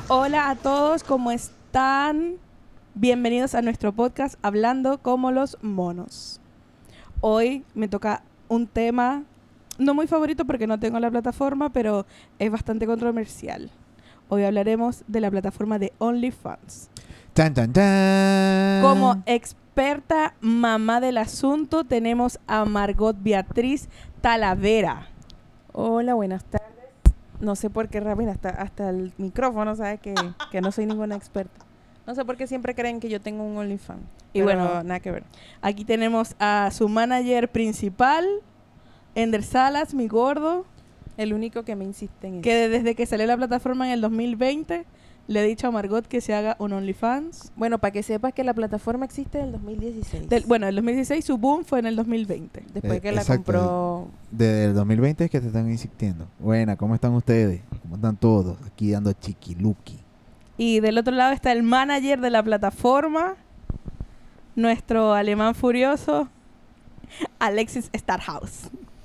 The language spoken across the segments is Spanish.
Hola a todos, ¿cómo están? Bienvenidos a nuestro podcast Hablando como los monos. Hoy me toca un tema no muy favorito porque no tengo la plataforma, pero es bastante controversial. Hoy hablaremos de la plataforma de OnlyFans. ¡Tan, tan, tan! Como experta mamá del asunto tenemos a Margot Beatriz Talavera. Hola, buenas tardes. No sé por qué, mira, hasta el micrófono sabe que no soy ninguna experta. No sé por qué siempre creen que yo tengo un OnlyFans. Y Pero bueno, nada que ver. Aquí tenemos a su manager principal, Ender Salas, mi gordo, El único que me insiste en eso. que desde que salió la plataforma en el 2020 le he dicho a Margot que se haga un OnlyFans. Bueno, para que sepas que la plataforma existe en el 2016. Bueno, el 2016 su boom fue en el 2020. Después que la exacto. compró... Desde el 2020 es que te están insistiendo. Buena, ¿cómo están ustedes? ¿Cómo están todos? Aquí dando chiquiluki. Y del otro lado está el manager de la plataforma, nuestro alemán furioso, Alexis Strathaus.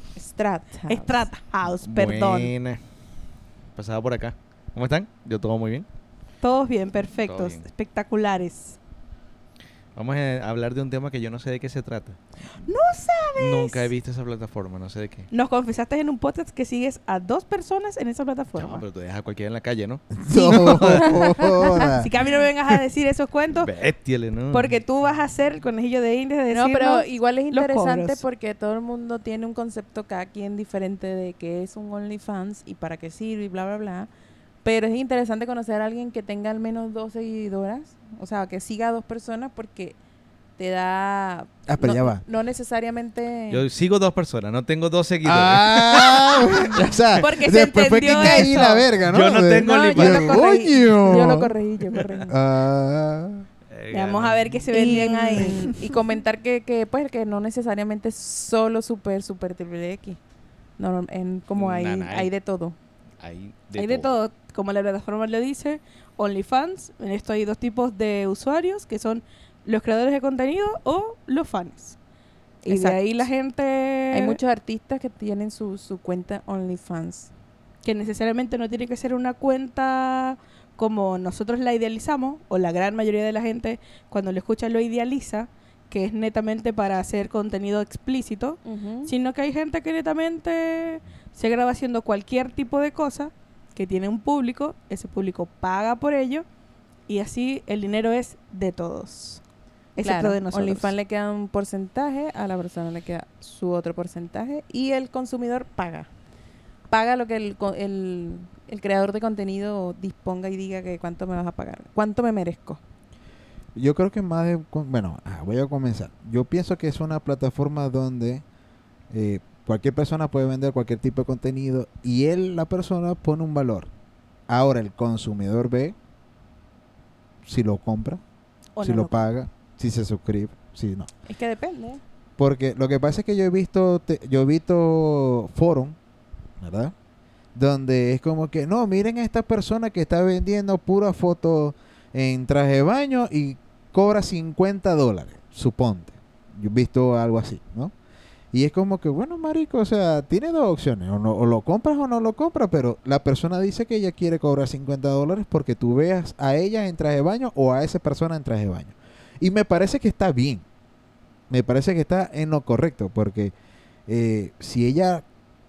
Strathaus, perdón. Buena. Pasaba por acá. ¿Cómo están? Yo todo muy bien. Todos bien, perfectos, Todo bien. espectaculares. Vamos a hablar de un tema que yo no sé de qué se trata. ¡No sabes! Nunca he visto esa plataforma, no sé de qué. Nos confesaste en un podcast que sigues a 2 personas en esa plataforma. No, pero tú dejas a cualquiera en la calle, ¿no? No, joda. Así que a mí no me vengas a decir esos cuentos, Bestiale, ¿no? porque tú vas a ser el conejillo de indias de No, pero decirnos igual es los interesante cobros. porque todo el mundo tiene un concepto cada quien diferente de qué es un OnlyFans y para qué sirve y bla, bla, bla. Pero es interesante conocer a alguien que tenga al menos 2 seguidoras, o sea, que siga a 2 personas porque te da... Ah, pero no, ya va. no necesariamente... Yo sigo 2 personas, no tengo 2 seguidores. Ah, o sea, Porque se después fue que entendió caí eso. la verga, ¿no? Yo no tengo No, OnlyFans. yo lo corregí. ¡Coño! Yo lo corregí. Ah, Vamos a ver qué se vendían ahí. Y comentar pues, que no necesariamente es solo super triple X. No, como hay de todo. Hay Hay de todo, como la plataforma lo dice, OnlyFans. En esto hay 2 tipos de usuarios, que son los creadores de contenido o los fans. Y de Exacto. ahí la gente Hay muchos artistas que tienen su cuenta OnlyFans. que necesariamente no tiene que ser una cuenta como nosotros la idealizamos, o la gran mayoría de la gente cuando lo escucha lo idealiza, que es netamente para hacer contenido explícito, sino que hay gente que netamente se graba haciendo cualquier tipo de cosa, que tiene un público, ese público paga por ello, y así el dinero es de todos, excepto Claro, de nosotros. OnlyFans le queda un porcentaje, a la persona le queda su otro porcentaje y el consumidor paga. Paga lo que el creador de contenido disponga y diga que cuánto me vas a pagar, cuánto me merezco. yo creo que más de... Bueno, voy a comenzar. Yo pienso que es una plataforma donde cualquier persona puede vender cualquier tipo de contenido y la persona, pone un valor. Ahora el consumidor ve si lo compra, O si no lo lo- paga, si se suscribe, si no. Es que depende. Porque lo que pasa es que yo he visto forum, ¿verdad? Donde es como que, no, miren a esta persona que está vendiendo pura foto en traje de baño y cobra $50, suponte. Yo he visto algo así, ¿no? Y es como que, bueno, marico, o sea, tiene 2 opciones, o lo compras o no lo compras, pero la persona dice que ella quiere cobrar $50 porque tú veas a ella en traje de baño o a esa persona en traje de baño. Y me parece que está bien, me parece que está en lo correcto, porque si ella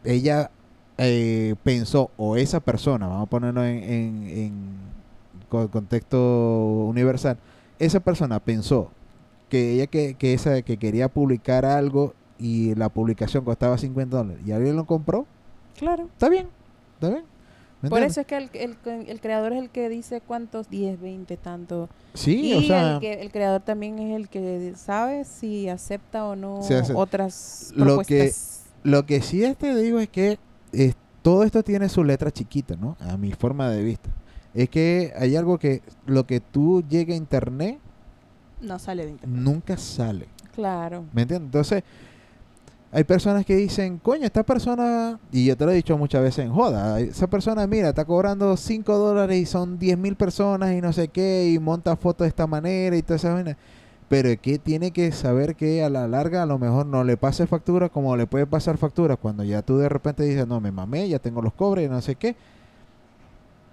pensó, o esa persona, vamos a ponerlo en contexto universal, esa persona pensó que ella que quería publicar algo y la publicación costaba $50 y alguien lo compró, Claro. está bien, está bien. ¿Me Por entiendes? eso es que el creador es el que dice cuántos, 10, 20, tanto. Sí, Y o sea, el creador también es el que sabe si acepta o no Si acepta. otras Lo que- propuestas. lo que sí te digo es que todo esto tiene su letra chiquita, ¿no? A mi forma de vista. Es que hay algo que lo que tú llegue a internet No sale de internet. nunca sale. Claro. ¿Me entiendes? Entonces, hay personas que dicen, coño, esta persona, y yo te lo he dicho muchas veces en joda, esa persona, mira, está cobrando $5 y son 10,000 personas y no sé qué, y monta fotos de esta manera y toda esa vaina. Pero es que tiene que saber que a la larga a lo mejor no le pase factura como le puede pasar factura cuando ya tú de repente dices, no, me mamé, ya tengo los cobres y no sé qué.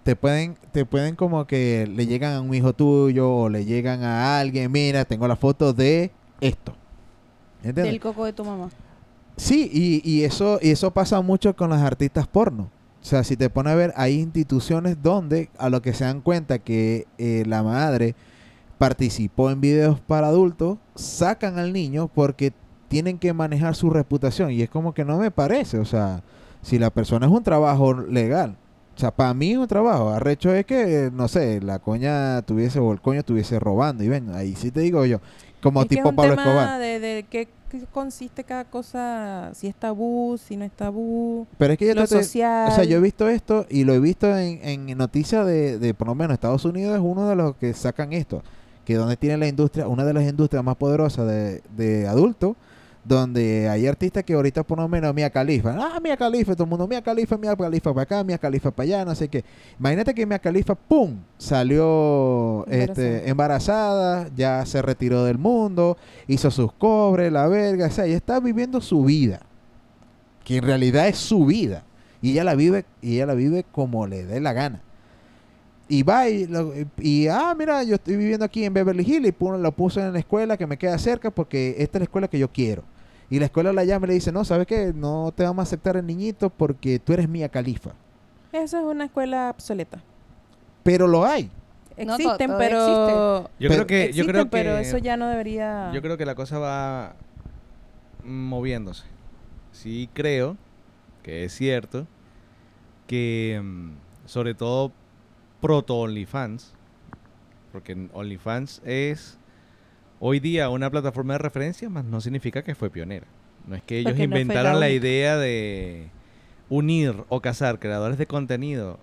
te pueden como que le llegan a un hijo tuyo o le llegan a alguien, mira, tengo la foto de esto. ¿Entiendes? Del coco de tu mamá. Sí, y eso pasa mucho con las artistas porno. O sea, si te pones a ver, hay instituciones donde a lo que se dan cuenta que la madre participó en videos para adultos, sacan al niño porque tienen que manejar su reputación. Y es como que no me parece. O sea, si la persona es un trabajo legal. O sea, para mí es un trabajo. Arrecho es que, no sé, la coña tuviese o el coño estuviese robando. Y ven, ahí sí te digo yo, como Es que tipo es un Pablo tema Escobar. de qué consiste cada cosa, si es tabú, si no es tabú, Pero es que yo lo te estoy- social. O sea, yo he visto esto y lo he visto en noticias de por lo menos Estados Unidos es uno de los que sacan esto, que donde tiene la industria, una de las industrias más poderosas de adultos, donde hay artistas que ahorita por lo menos Mia Khalifa, Mia Khalifa, todo el mundo Mia Khalifa para acá, Mia Khalifa para allá, no sé qué. Imagínate que Mia Khalifa, ¡pum!, salió embarazada, ya se retiró del mundo, hizo sus cobres, la verga, o sea, ella está viviendo su vida que en realidad es su vida y ella la vive como le dé la gana y va mira, yo estoy viviendo aquí en Beverly Hills y lo puse en la escuela que me queda cerca porque esta es la escuela que yo quiero y la escuela la llama y le dice no, ¿sabes qué? No te vamos a aceptar el niñito porque tú eres Mia Khalifa, Eso es una escuela obsoleta. pero lo hay. No, Existen, todavía pero... Yo Pero- creo que, yo Existen, creo pero que, eso ya no debería... yo creo que la cosa va moviéndose. Sí creo que es cierto que, sobre todo proto OnlyFans, porque OnlyFans es hoy día una plataforma de referencia, más no significa que fue pionera. No es que ellos Porque no fue la inventaron la única. idea de unir o casar creadores de contenido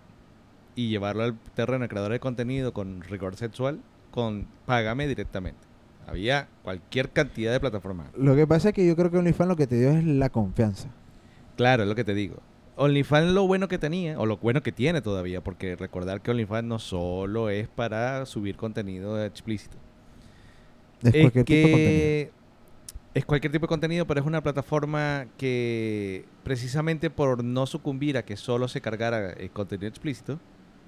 y llevarlo al terreno de creadores de contenido con rigor sexual con págame directamente. Había cualquier cantidad de plataformas. Lo que pasa es que yo creo que OnlyFans lo que te dio es la confianza. Claro, es lo que te digo. OnlyFans lo bueno que tenía, o lo bueno que tiene todavía, porque recordar que OnlyFans no solo es para subir contenido explícito. Es Es cualquier tipo de contenido. que es cualquier tipo de contenido, pero es una plataforma que precisamente por no sucumbir a que solo se cargara contenido explícito,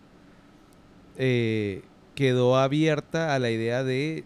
quedó abierta a la idea de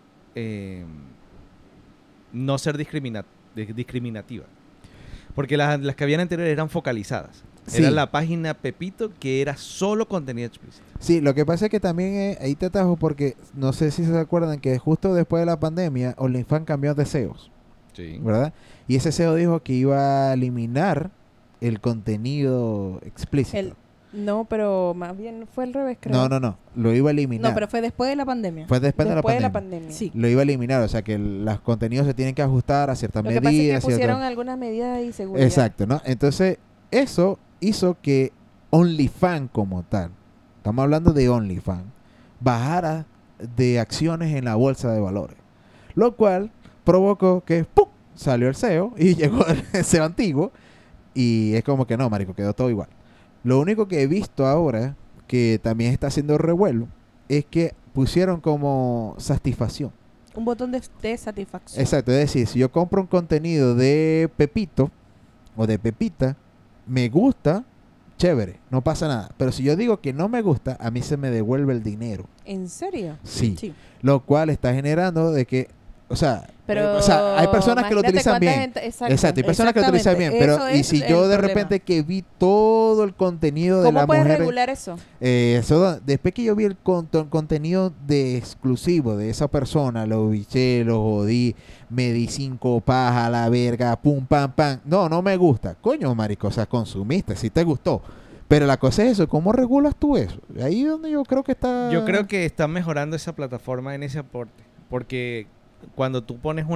no ser discriminativa. Porque las que habían anteriores eran focalizadas. Sí. Era la página Pepito que era solo contenido explícito. Sí, lo que pasa es que también ahí te atajo porque no sé si se acuerdan que justo después de la pandemia OnlyFans cambió de CEOs, Sí. ¿verdad? Y ese CEO dijo que iba a eliminar el contenido explícito. No, pero más bien fue al revés, creo. No, lo iba a eliminar. No, pero fue después de la pandemia. Fue después de la Después de pandemia. la pandemia. Sí. Lo iba a eliminar, o sea que los contenidos se tienen que ajustar a ciertas Lo que medidas. pasa es que pusieron ciertas- algunas medidas de seguridad. Exacto, ¿no? Entonces, eso hizo que OnlyFans como tal, estamos hablando de OnlyFans, bajara de acciones en la bolsa de valores. Lo cual provocó que ¡pum!, salió el CEO y llegó el CEO antiguo y es como que no, marico, quedó todo igual. Lo único que he visto ahora, que también está haciendo revuelo, es que pusieron como satisfacción. Un botón de satisfacción. Exacto, es decir, si yo compro un contenido de Pepito o de Pepita, me gusta, chévere, no pasa nada. Pero si yo digo que no me gusta, a mí se me devuelve el dinero. ¿En serio? Sí. Sí. Lo cual está generando de que, o sea, Pero hay personas que lo imagínate utilizan cuánta bien. gente- Exacto, hay personas que lo utilizan bien, Exactamente, pero eso y es si el yo de problema. repente que vi todo el contenido de ¿Cómo la puedes mujer, regular eso? después que yo vi el contenido de exclusivo de esa persona, lo biché, lo jodí, me di 5 pajas a la verga, pum, pam, pam. No me gusta. Coño, marico, o sea, consumiste, si te gustó. Pero la cosa es eso, ¿cómo regulas tú eso? Ahí es donde yo creo que está... Yo creo que están mejorando esa plataforma en ese aporte. Porque cuando tú pones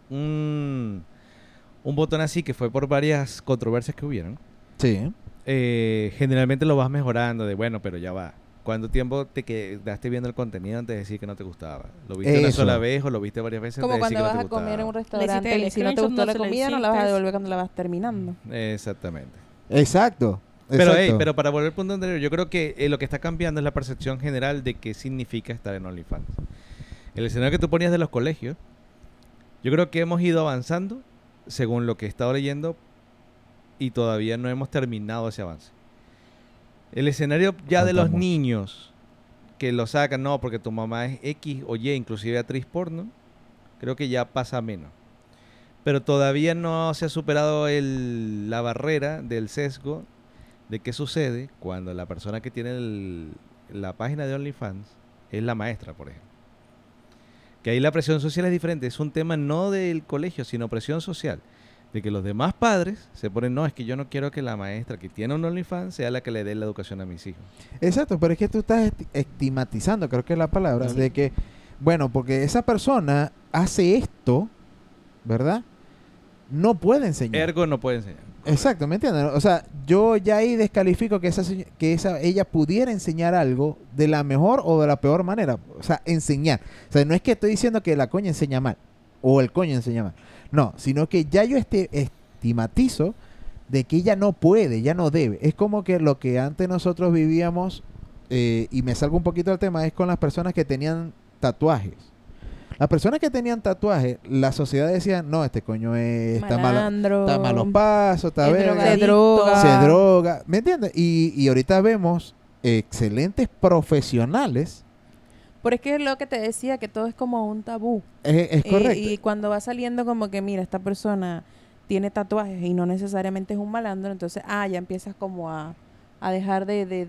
un botón así, que fue por varias controversias que hubieron, Sí. generalmente lo vas mejorando de, bueno, pero ya va. ¿Cuánto tiempo te quedaste viendo el contenido antes de decir que no te gustaba? ¿Lo viste una Eso. sola vez o lo viste varias veces Como antes de decir cuando que vas no a te comer en un gustaba? restaurante el y si no te screenshot, gustó no la se lo comida, no la vas a hiciste. devolver cuando la vas terminando. Exactamente. Exacto. Pero, exacto. pero para volver al punto anterior, yo creo que lo que está cambiando es la percepción general de qué significa estar en OnlyFans. El escenario que tú ponías de los colegios, yo creo que hemos ido avanzando según lo que he estado leyendo y todavía no hemos terminado ese avance. El escenario ya de Falta los mucho. niños que lo sacan, no, porque tu mamá es X o Y, inclusive actriz porno, creo que ya pasa menos. Pero todavía no se ha superado la barrera del sesgo de qué sucede cuando la persona que tiene la página de OnlyFans es la maestra, por ejemplo. Que ahí la presión social es diferente, es un tema no del colegio, sino presión social. De que los demás padres se ponen, no, es que yo no quiero que la maestra que tiene un OnlyFans sea la que le dé la educación a mis hijos. Exacto, pero es que tú estás estigmatizando, creo que es la palabra, Sí. de que, bueno, porque esa persona hace esto, ¿verdad? No puede enseñar. Ergo no puede enseñar. Exacto, ¿me entiendes? O sea, yo ya ahí descalifico que ella pudiera enseñar algo de la mejor o de la peor manera. O sea, enseñar. O sea, no es que estoy diciendo que la coña enseña mal o el coño enseña mal. No, sino que ya yo estigmatizo de que ella no puede, ya no debe. Es como que lo que antes nosotros vivíamos, y me salgo un poquito del tema, es con las personas que tenían tatuajes. Las personas que tenían tatuajes, la sociedad decía, no, este coño está Malandro, está malos pasos, está es verga, drogadicto. se droga, ¿me entiendes? Y ahorita vemos excelentes profesionales, Pero es que es lo que te decía, que todo es como un tabú. es correcto. Y cuando va saliendo como que, mira, esta persona tiene tatuajes y no necesariamente es un malandro, entonces, ya empiezas como a dejar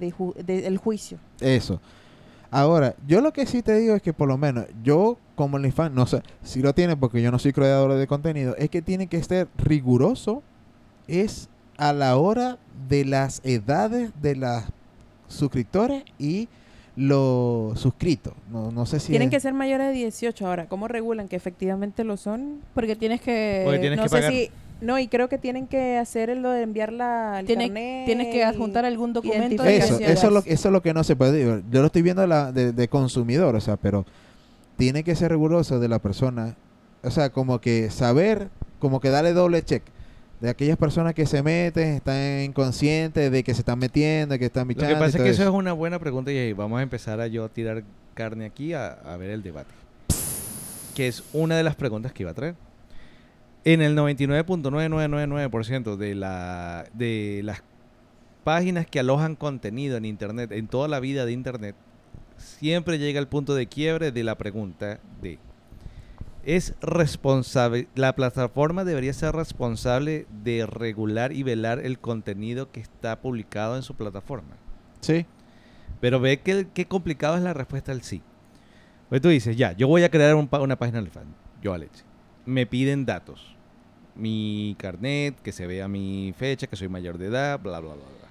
el juicio. Eso. Ahora, yo lo que sí te digo es que por lo menos yo como OnlyFans, no sé si lo tiene porque yo no soy creador de contenido, es que tiene que ser riguroso, es a la hora de las edades de los suscriptores y los suscritos. No sé si Tienen es- que ser mayores de 18 ahora. ¿Cómo regulan que efectivamente lo son? Porque tienes que... Porque tienes no que sé pagar. si... No, y creo que tienen que hacer lo de enviar el carnet Tienes que adjuntar y- algún documento. identificación. eso es lo que no se puede. Digo, yo lo estoy viendo de consumidor, o sea, pero tiene que ser riguroso de la persona. O sea, como que saber, como que darle doble check. De aquellas personas que se meten, están inconscientes de que se están metiendo, que están Lo bichando. que pasa y es todo que eso es una buena pregunta y vamos a empezar a yo tirar carne aquí a ver el debate. Que es una de las preguntas que iba a traer. En el 99.9999% de las páginas que alojan contenido en Internet, en toda la vida de Internet, siempre llega el punto de quiebre de la pregunta de ¿es responsable, la plataforma debería ser responsable de regular y velar el contenido que está publicado en su plataforma? Sí. Pero ve que qué complicado es la respuesta al sí. Pues tú dices, ya, yo voy a crear una página de fan, yo Alex. Me piden datos. Mi carnet, que se vea mi fecha, que soy mayor de edad, bla, bla, bla, bla.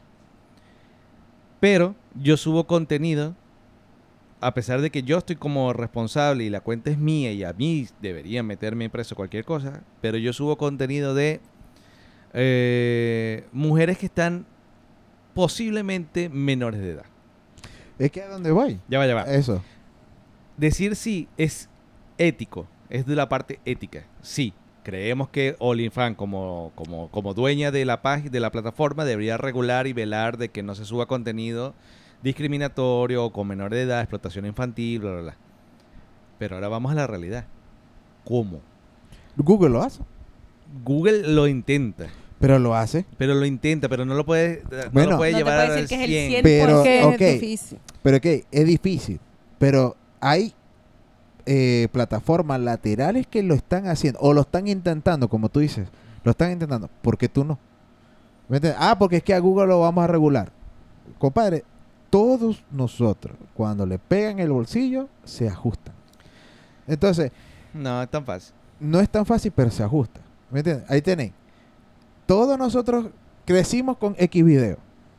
Pero yo subo contenido, a pesar de que yo estoy como responsable y la cuenta es mía y a mí deberían meterme preso cualquier cosa, pero yo subo contenido de mujeres que están posiblemente menores de edad. Es que a dónde voy. Ya va, ya va. Eso. Decir sí es ético, es de la parte ética. Sí, creemos que OnlyFans como dueña de la página, de la plataforma, debería regular y velar de que no se suba contenido discriminatorio o con menor de edad, explotación infantil, bla, bla, bla. Pero ahora vamos a la realidad. ¿Cómo? Google lo hace. Google lo intenta, Pero lo hace. pero no lo puede, Bueno. no lo puede No te llevar puedo al decir que es el 100. 100%. Pero, Porque ok. es difícil. Pero que es difícil. Pero hay plataformas laterales que lo están haciendo. O lo están intentando, como tú dices. Lo están intentando. ¿Por qué tú no? ¿Me entiendes? Porque es que a Google lo vamos a regular. Compadre, todos nosotros, cuando le pegan el bolsillo, se ajustan. Entonces, No, es tan fácil. no es tan fácil, pero se ajusta. ¿Me entiendes? Ahí tenéis. Todos nosotros crecimos con Xvideo.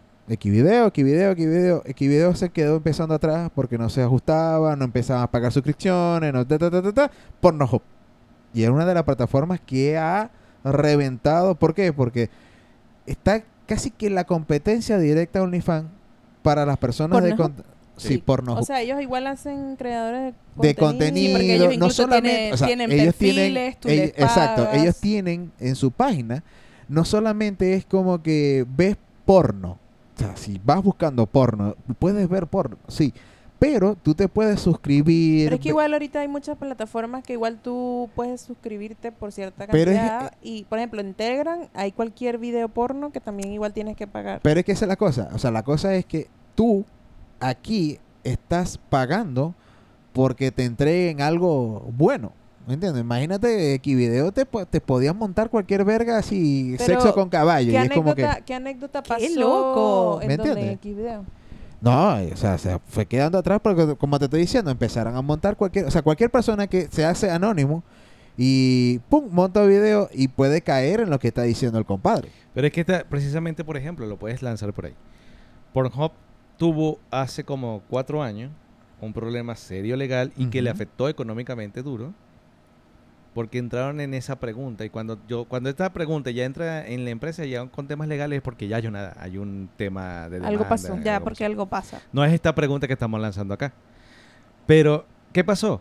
Xvideo se quedó empezando atrás porque no se ajustaba, no empezaban a pagar suscripciones, no, Pornhub. Y era una de las plataformas que ha reventado. ¿Por qué? Porque está casi que la competencia directa a OnlyFans para las personas de ¿Pornhub? Sí, Sí. Pornhub. O sea, ellos igual hacen creadores De Sí, contenido, porque ellos no incluso solamente, o sea, tienen ellos perfiles, tú les exacto, pagas. ellos tienen en su página, no solamente es como que ves porno, o sea, si vas buscando porno, puedes ver porno, sí, pero tú te puedes suscribir. Pero es que igual ahorita hay muchas plataformas que igual tú puedes suscribirte por cierta Pero es- cantidad. Y, por ejemplo, en Telegram hay cualquier video porno que también igual tienes que pagar. Pero es que esa es la cosa. O sea, la cosa es que tú aquí estás pagando porque te entreguen algo bueno. ¿Me entiendes? Imagínate que video te podías montar cualquier verga así, Pero, sexo con caballo. ¿Qué Y es como que... anécdota ¡Qué pasó loco! en ¿Me donde entiendes? X video? No, o sea, se fue quedando atrás porque, como te estoy diciendo, empezaron a montar cualquier persona que se hace anónimo y pum, monta video y puede caer en lo que está diciendo el compadre. Pero es que precisamente, por ejemplo, lo puedes lanzar por ahí. Pornhub tuvo hace como 4 años un problema serio legal y que le Ujú. afectó económicamente duro porque entraron en esa pregunta y cuando esta pregunta ya entra en la empresa ya con temas legales es porque ya hay un tema de demanda. Algo pasó. Ya, porque algo pasa. No es esta pregunta que estamos lanzando acá. Pero, ¿qué pasó?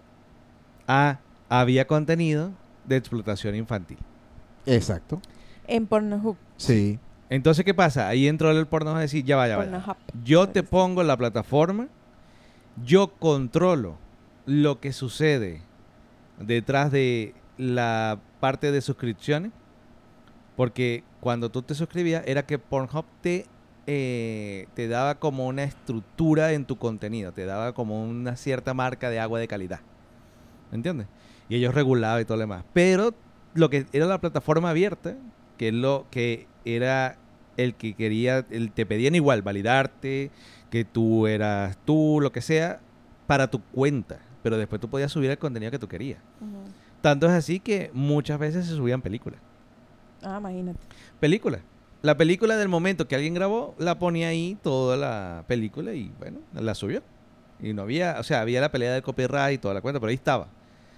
Había contenido de explotación infantil. Exacto. En Pornhub. Sí. Entonces, ¿qué pasa? Ahí entró el porno a decir, ya vaya. Pornhub. Yo te pongo la plataforma, yo controlo lo que sucede detrás de la parte de suscripciones, porque cuando tú te suscribías era que Pornhub te daba como una estructura en tu contenido, te daba como una cierta marca de agua de calidad, ¿me entiendes? Y ellos regulaban y todo lo demás. Pero lo que era la plataforma abierta, que es lo que era el que quería, te pedían igual validarte, que tú eras tú, lo que sea, para tu cuenta. Pero después tú podías subir el contenido que tú querías. Ujú. Tanto es así que muchas veces se subían películas. Ah, imagínate. Películas. La película del momento que alguien grabó, la ponía ahí toda la película y bueno, la subió. Y no había, o sea, había la pelea del copyright y toda la cuenta, pero ahí estaba.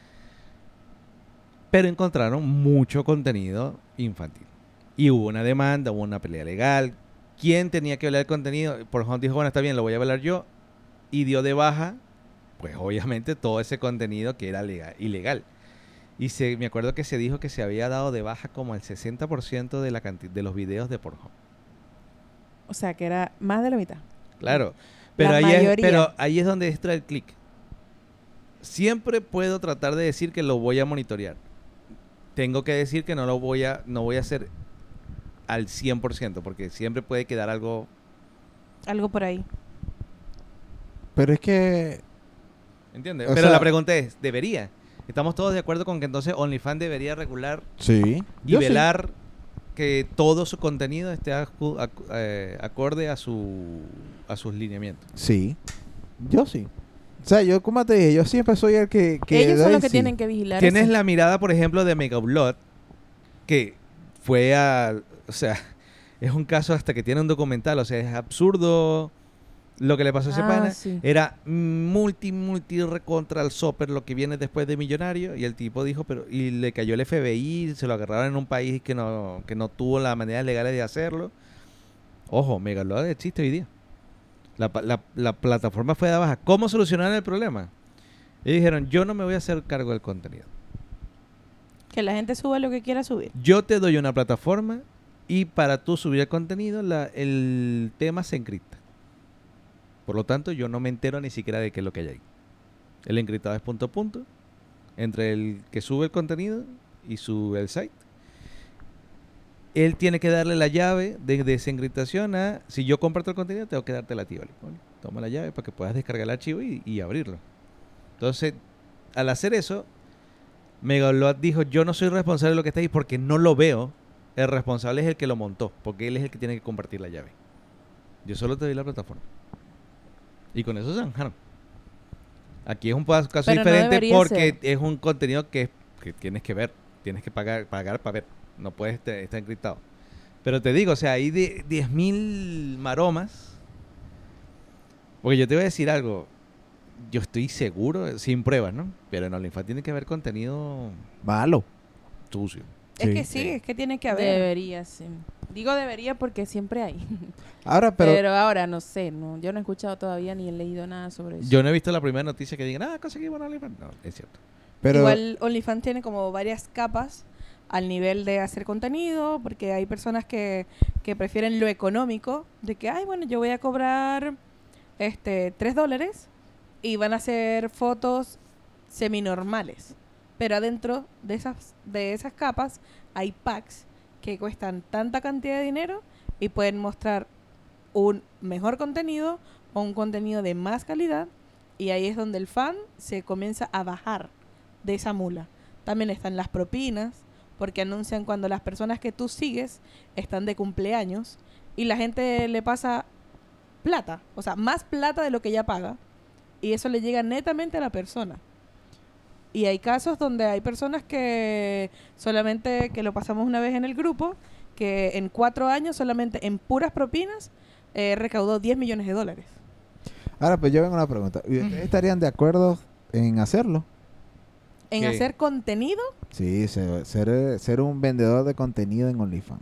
Pero encontraron mucho contenido infantil. Y hubo una demanda, hubo una pelea legal. ¿Quién tenía que hablar el contenido? Pornhub dijo, bueno, está bien, lo voy a hablar yo. Y dio de baja, pues obviamente, todo ese contenido que era ilegal. Y me acuerdo que se dijo que se había dado de baja como el 60% de los videos de Pornhub. O sea, que era más de la mitad. Claro. Pero La ahí, mayoría. pero ahí es donde entra el clic. Siempre puedo tratar de decir que lo voy a monitorear. Tengo que decir que no voy a hacer al 100%, porque siempre puede quedar algo. Algo por ahí. Pero es que... ¿Entiendes? O Pero sea- la pregunta es, ¿debería? ¿Estamos todos de acuerdo con que entonces OnlyFans debería regular Sí. y Yo sí. velar que todo su contenido esté acorde a sus lineamientos? Sí. Yo sí. O sea, yo como te dije, yo siempre soy el que Ellos son doy los que sí. tienen que vigilar Tienes eso. la mirada, por ejemplo, de Megablood, que fue o sea, es un caso hasta que tiene un documental, o sea, es absurdo lo que le pasó a ese pana. Sí. Era multi recontra al Soper lo que viene después de Millonario, y el tipo dijo, y le cayó el FBI, se lo agarraron en un país que no tuvo las maneras legales de hacerlo. Ojo, Megablood existe hoy día. La plataforma fue de baja. ¿Cómo solucionaron el problema? Ellos dijeron, yo no me voy a hacer cargo del contenido. Que la gente suba lo que quiera subir. Yo te doy una plataforma y para tú subir el contenido, el tema se encripta. Por lo tanto, yo no me entero ni siquiera de qué es lo que hay ahí. El encriptado es punto a punto entre el que sube el contenido y el site. Él tiene que darle la llave de desencriptación a... Si yo comparto el contenido, tengo que darte la tía. ¿Vale? Toma la llave para que puedas descargar el archivo y abrirlo. Entonces, al hacer eso, Megablood dijo, yo no soy responsable de lo que está ahí porque no lo veo. El responsable es el que lo montó, porque él es el que tiene que compartir la llave. Yo solo te doy la plataforma. Y con eso se zanjaron. Aquí es un caso Pero no diferente debería porque ser. es un contenido que tienes que ver. Tienes que pagar para ver. No puedes estar encriptado. Pero te digo, o sea, hay 10.000 maromas. Porque yo te voy a decir algo. Yo estoy seguro, sin pruebas, ¿no? Pero en OnlyFans tiene que haber contenido Malo. sucio. Es Sí. que sí, es que tiene que haber. Debería, sí. Digo debería porque siempre hay. Ahora, Pero, pero... ahora no sé, yo no he escuchado todavía ni he leído nada sobre eso. Yo no he visto la primera noticia que digan, conseguimos OnlyFans. No, es cierto. pero Igual OnlyFans tiene como varias capas al nivel de hacer contenido, porque hay personas que prefieren lo económico, de que, ay, bueno, yo voy a cobrar $3 y van a hacer fotos seminormales. Pero adentro de esas capas hay packs que cuestan tanta cantidad de dinero y pueden mostrar un mejor contenido o un contenido de más calidad, y ahí es donde el fan se comienza a bajar de esa mula. También están las propinas, porque anuncian cuando las personas que tú sigues están de cumpleaños y la gente le pasa plata, o sea, más plata de lo que ya paga, y eso le llega netamente a la persona. Y hay casos donde hay personas que solamente, que lo pasamos una vez en el grupo, que en 4 años solamente en puras propinas recaudó $10 millones. Ahora, pues yo vengo a una pregunta. ¿Y ustedes estarían de acuerdo en hacerlo? En ¿Qué? hacer contenido, Sí, ser un vendedor de contenido en OnlyFans.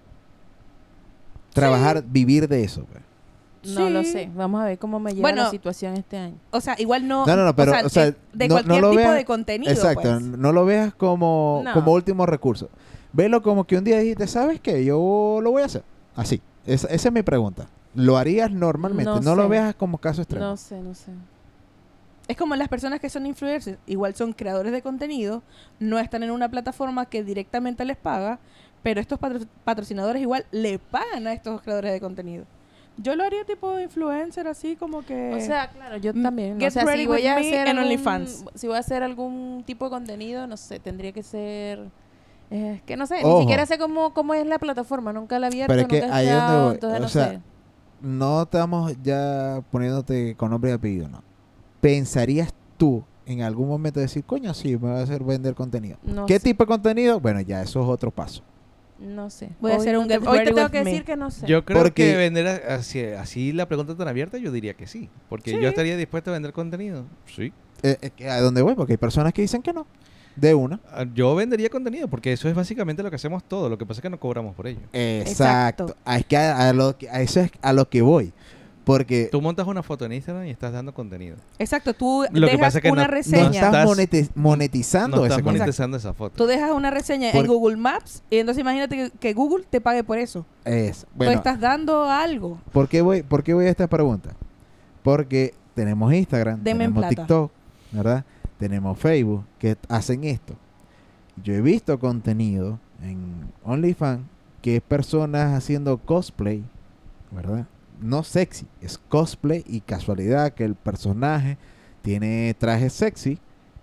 Trabajar, vivir de eso, pues. No Sí. lo sé. Vamos a ver cómo me lleva Bueno, la situación este año. o sea, igual no, No, pero, o sea, de no cualquier lo tipo veas- de contenido, Exacto, pues. no lo veas como último recurso. Velo como que un día dijiste, ¿sabes qué? Yo lo voy a hacer. Así. Esa es mi pregunta. ¿Lo harías normalmente? No No lo sé. veas como caso extremo. No sé. Es como las personas que son influencers, igual son creadores de contenido, no están en una plataforma que directamente les paga, pero estos patrocinadores igual le pagan a estos creadores de contenido. Yo lo haría tipo influencer, así como que... O sea, claro, yo Mm, también. get O sea, ready si voy with a me hacer en algún, OnlyFans. si voy a hacer algún tipo de contenido, no sé, tendría que ser... Es que no sé, Ojo. ni siquiera sé cómo es la plataforma, nunca la he abierto, Pero es que nunca he ahí es donde entrado, voy. entonces O no sea, sé. No estamos ya poniéndote con nombre y apellido, no. ¿Pensarías tú en algún momento decir, coño, sí, me va a hacer vender contenido? No ¿Qué sé. tipo de contenido? Bueno, ya eso es otro paso. No sé. Voy a Hoy hacer no un te- get Hoy ready te tengo with que me. decir que no sé. Yo creo Porque- que vender así la pregunta tan abierta, yo diría que sí. Porque Sí. yo estaría dispuesto a vender contenido. Sí. ¿A dónde voy? Porque hay personas que dicen que no. De una. Yo vendería contenido porque eso es básicamente lo que hacemos todo. Lo que pasa es que no cobramos por ello. Exacto. Exacto. Es que a eso es a lo que voy. Porque Tú montas una foto en Instagram y estás dando contenido. Exacto, tú Lo que dejas pasa es que una no no reseña. estás estás- monetizando No ese estás contenido. monetizando esa foto. Tú dejas una reseña en Google Maps y entonces imagínate que Google te pague por eso. Tú Bueno, estás dando algo. ¿por qué voy a esta pregunta? Porque tenemos Instagram, Deme en tenemos plata. TikTok, ¿verdad? Tenemos Facebook que hacen esto. Yo he visto contenido en OnlyFans que es personas haciendo cosplay, ¿verdad? No sexy, es cosplay y casualidad que el personaje tiene traje sexy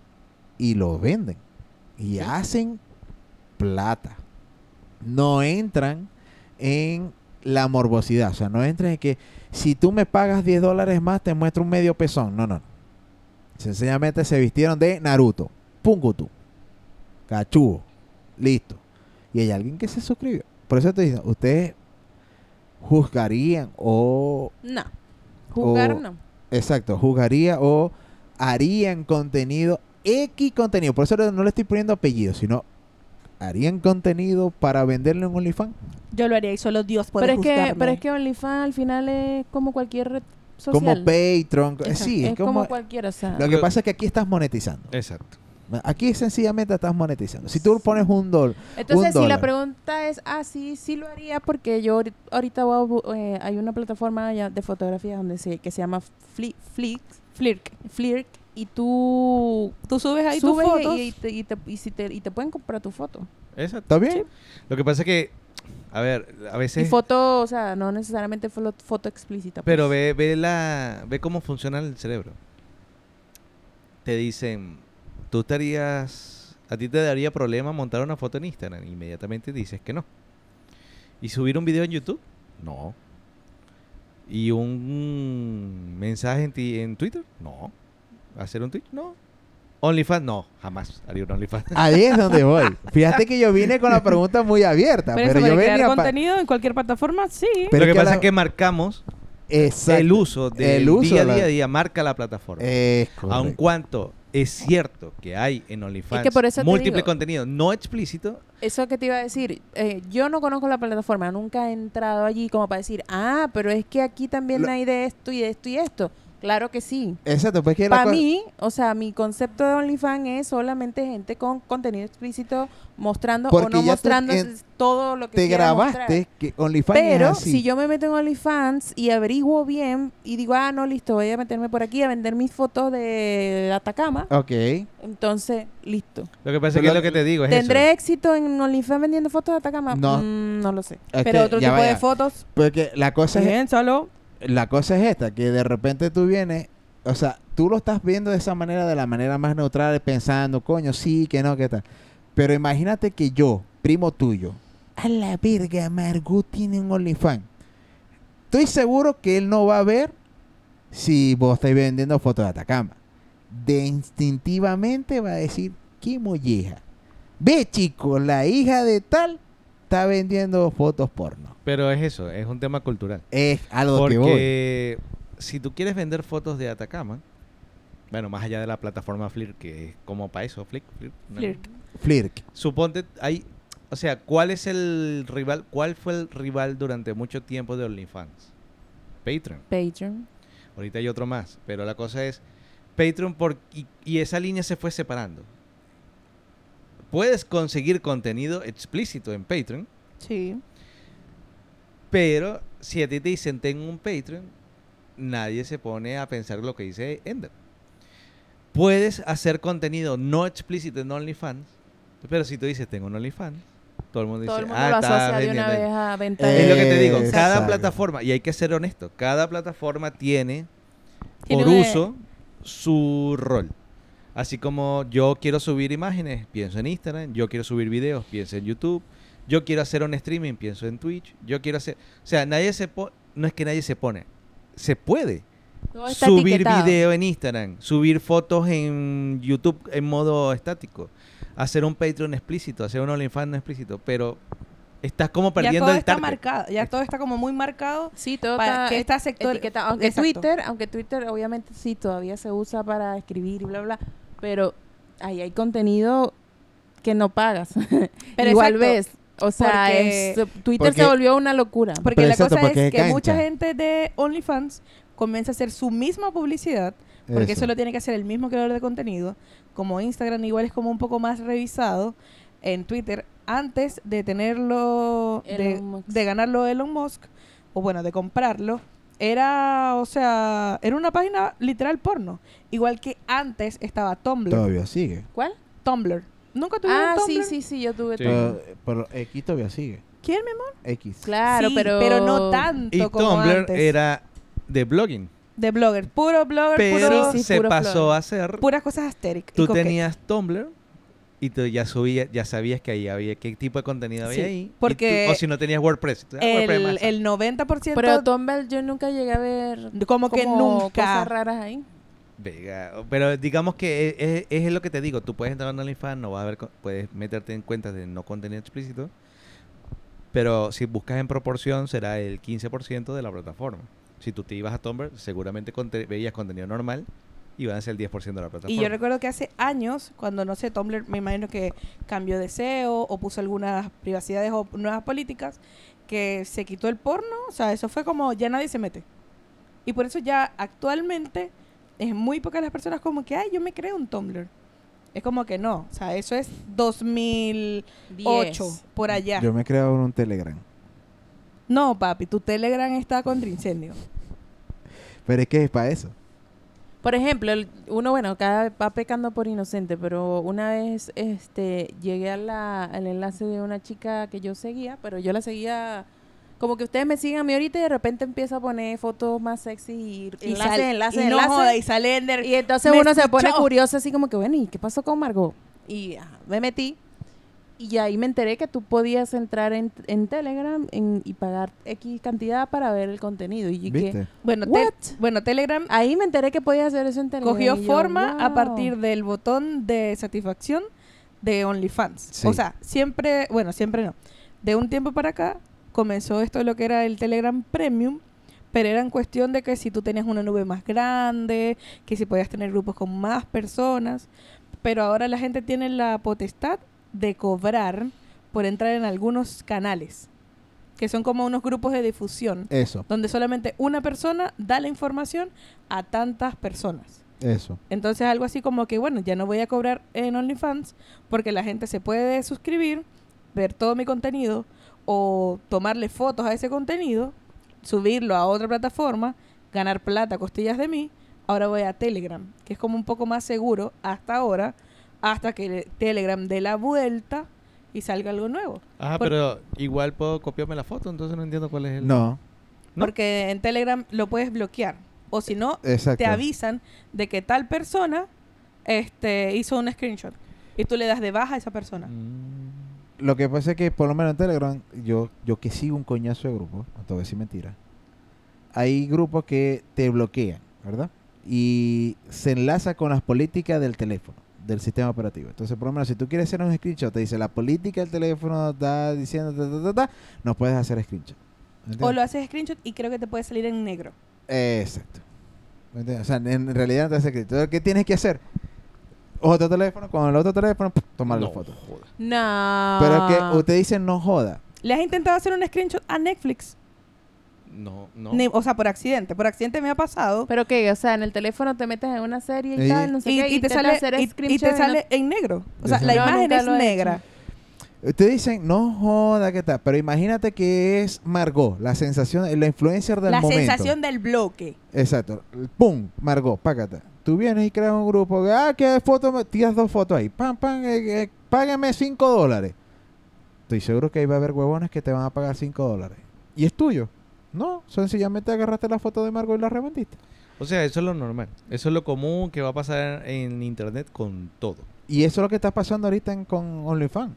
y lo venden. Y hacen plata. No entran en la morbosidad. O sea, no entran en que si tú me pagas $10 más te muestro un medio pezón. No. Sencillamente se vistieron de Naruto. Pungutu. Cachugo. Listo. Y hay alguien que se suscribió. Por eso te dicen, ustedes juzgarían o... No. Jugar O- no. Exacto, juzgaría o harían contenido, X contenido. Por eso no le estoy poniendo apellido, sino harían contenido para venderlo en OnlyFans. Yo lo haría y solo Dios puede juzgarme. Pero es que OnlyFans al final es como cualquier red social. Como Patreon. Exacto. Sí, es es como como... cualquiera, o sea. Lo que pasa es que aquí estás monetizando. Exacto. Aquí sencillamente estás monetizando. Si tú pones Entonces, si la $1, pregunta es, sí lo haría porque yo ahorita hay una plataforma ya de fotografía que se llama Flirk y tú subes ahí subes tus fotos. y te pueden comprar tu foto. Exacto. ¿está bien? Lo que pasa es que, a ver, a Y veces... foto, o sea, no necesariamente foto explícita. pues. Pero ve cómo funciona el cerebro. Te dicen, a ti te daría problema montar una foto en Instagram. Inmediatamente dices que no. ¿Y subir un video en YouTube? No. ¿Y un mensaje en Twitter? No. ¿Hacer un tweet? No. OnlyFans, no, jamás haría un OnlyFans. Ahí es donde voy. Fíjate que yo vine con la pregunta muy abierta, Pero, pero eso, yo para crear venía contenido en cualquier plataforma, sí. Pero Lo que es que pasa la- es que marcamos Exacto. el uso del El uso día a de la- día a día, marca la plataforma. Es Aun correcto. cuanto es cierto que hay en OnlyFans que por eso te múltiple digo- contenido no explícito, Eso que te iba a decir, yo no conozco la plataforma, nunca he entrado allí como para decir, pero es que aquí también Lo- hay de esto y de esto y esto. Claro que sí. Exacto, pues que la Para cosa- mí, o sea, mi concepto de OnlyFans es solamente gente con contenido explícito mostrando o Porque no ya tú mostrando en- todo lo que te quiera grabaste mostrar. que OnlyFans es Pero así. si yo me meto en OnlyFans y averiguo bien y digo, ah, no, listo, voy a meterme por aquí a vender mis fotos de Atacama, Ok. entonces, listo. Lo que pasa es Pero que lo- lo que te digo es ¿Tendré eso. éxito en OnlyFans vendiendo fotos de Atacama? No. No lo sé. Es Pero que otro ya tipo de vaya. fotos, Porque la cosa es piénsalo. esta, que de repente tú vienes, o sea, tú lo estás viendo de esa manera, de la manera más neutral, pensando, coño, sí, que no, que tal. Pero imagínate que yo, primo tuyo, a la verga, Margot tiene un OnlyFans. Estoy seguro que él no va a ver si vos estáis vendiendo fotos de Atacama. De instintivamente va a decir, qué molleja. Ve, chico, la hija de tal está vendiendo fotos porno. Pero es eso, es un tema cultural. Es algo que voy. Porque si tú quieres vender fotos de Atacama, bueno, más allá de la plataforma Flirt, que es como para eso, Flirt, ¿no? Flirt. Flirk. Suponte, o sea, ¿cuál es el rival? ¿Cuál fue el rival durante mucho tiempo de OnlyFans? Patreon. Patreon. Ahorita hay otro más, pero la cosa es Patreon y esa línea se fue separando. Puedes conseguir contenido explícito en Patreon, Sí. pero si a ti te dicen tengo un Patreon, nadie se pone a pensar lo que dice Ender. Puedes hacer contenido no explícito en OnlyFans, pero si tú dices tengo un OnlyFans, todo el mundo dice, Todo el mundo lo está asocia de una vendiendo". vez a venta Es lo que te digo, Exacto. cada plataforma, y hay que ser honesto, cada plataforma tiene Tiene por una- uso su rol. Así como yo quiero subir imágenes, pienso en Instagram, yo quiero subir videos, pienso en YouTube, yo quiero hacer un streaming, pienso en Twitch, yo quiero hacer... O sea, no es que nadie se pone, se puede. Todo está Subir etiquetado. video en Instagram, subir fotos en YouTube en modo estático, hacer un Patreon explícito, hacer un OnlyFans no explícito, pero estás como Ya perdiendo todo el está target. marcado, ya todo está como muy marcado Sí, todo para está que está sector etiquetado. Exacto. Aunque Twitter obviamente sí todavía se usa para escribir y bla, bla, pero ahí hay contenido que no pagas. Pero Igual exacto, ves. O sea, porque- Twitter se porque- volvió una locura. Porque Pero la exacto, cosa porque es es que mucha cancha. gente de OnlyFans comienza a hacer su misma publicidad, porque eso lo tiene que hacer el mismo creador de contenido. Como Instagram igual es como un poco más revisado en Twitter, antes de tenerlo, Elon Musk. de ganarlo Elon Musk, o bueno, de comprarlo, era, o sea, era una página literal porno. Igual que antes estaba Tumblr. Todavía sigue. ¿Cuál? Tumblr. ¿Nunca tuvieron Ah, Tumblr? sí, yo tuve Sí. Tumblr. Pero X todavía sigue. ¿Quién, mi amor? X. Claro, Sí, pero... no tanto Y como Tumblr antes. era de blogging, De blogger, puro blogger, pero puro, Sí, se puro pasó blog. a ser... puras cosas asteric. y Tú coquet. tenías Tumblr y tú ya sabías que ahí había qué tipo de contenido Sí, había ahí. porque o si no tenías WordPress. tú, WordPress más El 90% Pero Tumblr yo nunca llegué a ver como que nunca. cosas raras ahí. Vega, pero digamos que es lo que te digo. Tú puedes entrar en OnlyFans, no vas a ver, puedes meterte en cuentas de no contenido explícito. Pero si buscas en proporción, será el 15% de la plataforma. Si tú te ibas a Tumblr, seguramente veías contenido normal y van a ser el 10% de la plataforma. Y yo recuerdo que hace años, cuando no sé, Tumblr me imagino que cambió de SEO o puso algunas privacidades o nuevas políticas, que se quitó el porno, o sea, eso fue como ya nadie se mete. Y por eso ya actualmente es muy pocas las personas como que, ay, yo me creo un Tumblr. Es como que no, o sea, eso es 2008, 10. por allá. Yo me he creado un Telegram. No, papi, tu Telegram está contra incendio. Pero es que es para eso. Por ejemplo, uno, bueno, cada vez va pecando por inocente, pero una vez llegué al enlace de una chica que yo seguía, pero yo la seguía como que ustedes me siguen a mí ahorita y de repente empieza a poner fotos más sexy y enlace. y no joda, y sale Ender. Y entonces me uno se pone escuchó. curioso así como que, bueno, ¿y qué pasó con Margot? Y me metí y ahí me enteré que tú podías entrar en Telegram y pagar X cantidad para ver el contenido. Y yo que, ¿Viste? Bueno, Telegram ahí me enteré que podías hacer eso en Telegram. cogió y yo, forma a wow. partir del botón de satisfacción de OnlyFans. Sí. O sea, siempre no. De un tiempo para acá comenzó esto de lo que era el Telegram Premium, pero era en cuestión de que si tú tenías una nube más grande, que si podías tener grupos con más personas, pero ahora la gente tiene la potestad de cobrar por entrar en algunos canales. que son como unos grupos de difusión, Eso, donde solamente una persona da la información a tantas personas. eso. Entonces algo así como que, bueno, ya no voy a cobrar en OnlyFans porque la gente se puede suscribir, ver todo mi contenido o tomarle fotos a ese contenido, subirlo a otra plataforma, ganar plata a costillas de mí. Ahora voy a Telegram, que es como un poco más seguro hasta ahora, hasta que Telegram dé la vuelta y salga algo nuevo. Ajá, Por- pero igual puedo copiarme la foto, entonces no entiendo cuál es el... No, ¿No? Porque en Telegram lo puedes bloquear. O si no, exacto. te avisan de que tal persona hizo un screenshot. Y tú le das de baja a esa persona. Lo que pasa es que por lo menos en Telegram, yo que sigo un coñazo de grupos, no te voy a decir mentira, hay grupos que te bloquean, ¿verdad? Y se enlaza con las políticas del teléfono, del sistema operativo. Entonces, por lo menos, si tú quieres hacer un screenshot, te dice la política del teléfono está diciendo, no puedes hacer screenshot. O ¿Entiendes? lo haces screenshot y creo que te puede salir en negro. Exacto. ¿Me entiendes? O sea, en realidad no te hace screenshot. Entonces, ¿qué tienes que hacer? Otro teléfono, con el otro teléfono, tomar la No, foto. joda. No. Pero que usted dice no joda. ¿Le has intentado hacer un screenshot a Netflix? No, no. O sea, por accidente. Por accidente me ha pasado. ¿Pero qué? O sea, en el teléfono te metes en una serie y Sí. tal, no sé Y, qué, y te intentas sale, hacer y screenshot te y sale en negro. O sea, Eso la no. imagen Nunca es lo he negra. Ustedes dicen, no joda, ¿qué tal? Pero imagínate que es Margot, la sensación, la influencer del La momento. sensación del bloque. Exacto. ¡Pum! Margot, págata. Tú vienes y creas un grupo. ¿Qué foto? Tiras 2 fotos ahí. ¡Pam, pam! Págame $5. Estoy seguro que ahí va a haber huevones que te van a pagar $5. ¿Y es tuyo? No, sencillamente agarraste la foto de Margot y la revendiste. O sea, eso es lo normal. Eso es lo común que va a pasar en internet con todo. Y eso es lo que está pasando ahorita con OnlyFans.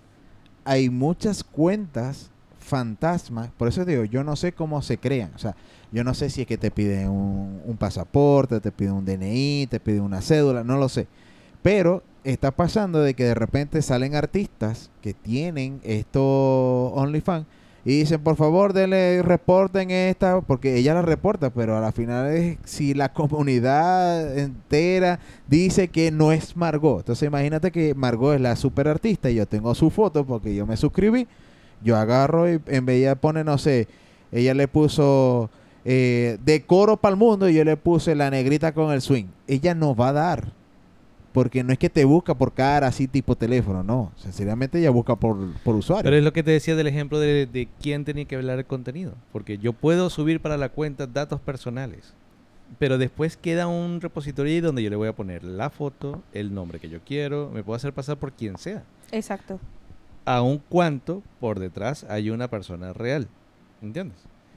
Hay muchas cuentas fantasmas. Por eso digo, yo no sé cómo se crean. O sea, yo no sé si es que te piden un pasaporte, te piden un DNI, te piden una cédula, no lo sé. Pero está pasando de que de repente salen artistas que tienen estos OnlyFans y dicen, por favor, denle, reporten esta, porque ella la reporta, pero a la final es si la comunidad entera dice que no es Margot. Entonces imagínate que Margot es la super artista y yo tengo su foto porque yo me suscribí. Yo agarro y en vez de poner, no sé, ella le puso decoro para el mundo y yo le puse la negrita con el swing. Ella no va a dar. Porque no es que te busca por cara así tipo teléfono, no. Sencillamente ella busca por usuario. Pero es lo que te decía del ejemplo de quién tenía que hablar el contenido. Porque yo puedo subir para la cuenta datos personales. Pero después queda un repositorio ahí donde yo le voy a poner la foto, el nombre que yo quiero. Me puedo hacer pasar por quien sea. Exacto. Aun cuanto por detrás hay una persona real. ¿Entiendes?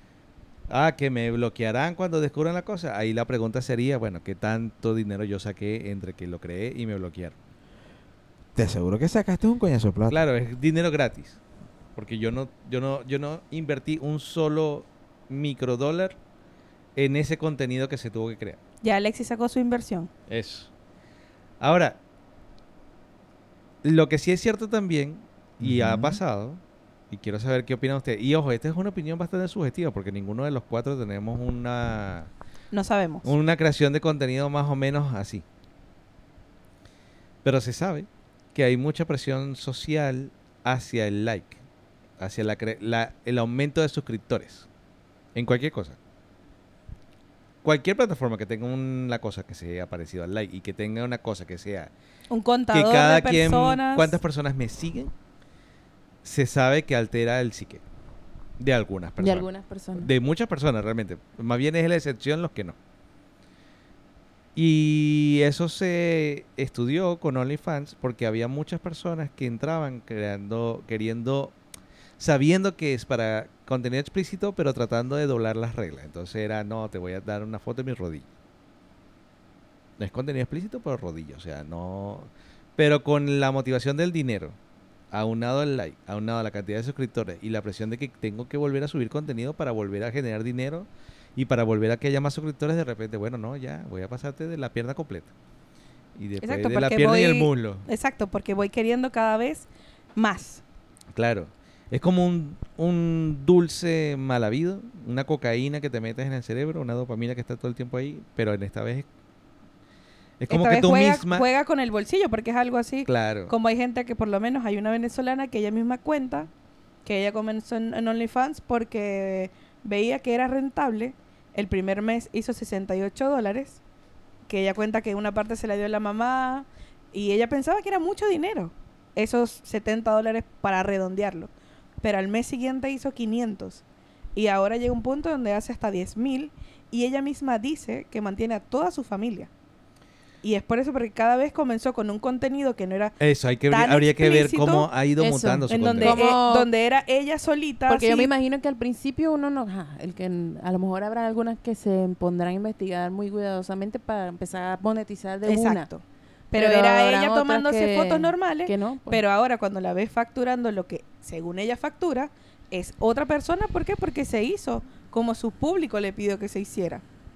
Ah, que me bloquearán cuando descubran la cosa. Ahí la pregunta sería, bueno, ¿qué tanto dinero yo saqué entre que lo creé y me bloquearon? Te aseguro que sacaste un coñazo de plata. Claro, es dinero gratis. Porque yo no invertí un solo microdólar en ese contenido que se tuvo que crear. Ya Alexis sacó su inversión. Eso. Ahora, lo que sí es cierto también, y ha Ujú. pasado, y quiero saber qué opina usted. Y ojo, esta es una opinión bastante subjetiva, porque ninguno de los cuatro tenemos No sabemos. una creación de contenido más o menos así. Pero se sabe que hay mucha presión social hacia el like, hacia el aumento de suscriptores, en cualquier cosa. Cualquier plataforma que tenga una cosa que sea parecido al like y que tenga una cosa que sea Un que contador cada de quien, personas. cuántas personas me siguen, se sabe que altera el psique de algunas personas. De algunas personas. De muchas personas realmente. Más bien es la excepción los que no. Y eso se estudió con OnlyFans porque había muchas personas que entraban sabiendo que es para contenido explícito, pero tratando de doblar las reglas. Entonces era, no, te voy a dar una foto de mi rodilla. No es contenido explícito, pero rodilla. O sea, no... Pero con la motivación del dinero, aunado al like, aunado a la cantidad de suscriptores y la presión de que tengo que volver a subir contenido para volver a generar dinero y para volver a que haya más suscriptores, de repente, bueno, no, ya, voy a pasarte de la pierna completa. Y después Exacto, de la porque pierna y el voy- muslo. Exacto, porque voy queriendo cada vez más. Claro. Es como un dulce mal habido, una cocaína que te metes en el cerebro, una dopamina que está todo el tiempo ahí, pero en esta vez es como Esta que vez tú juega, misma... juega con el bolsillo, porque es algo así. Claro. Como hay gente que por lo menos hay una venezolana que ella misma cuenta que ella comenzó en OnlyFans porque veía que era rentable. El primer mes hizo $68, que ella cuenta que una parte se la dio la mamá y ella pensaba que era mucho dinero, esos $70 para redondearlo. Pero al mes siguiente hizo 500 y ahora llega un punto donde hace hasta 10,000 y ella misma dice que mantiene a toda su familia. Y es por eso, porque cada vez comenzó con un contenido que no era Eso, tan habría que ver explícito, cómo ha ido eso, mutando su en donde, contenido. Como- donde era ella solita. Porque yo así. me imagino que al principio uno no... el que a lo mejor habrá algunas que se pondrán a investigar muy cuidadosamente para empezar a monetizar de Exacto. una. Pero Pero era habrán ella otras tomándose que- fotos normales, Que no. pues. pero ahora cuando la ves facturando lo que según ella factura, es otra persona. ¿Por qué? Porque se hizo como su público le pidió que se hiciera.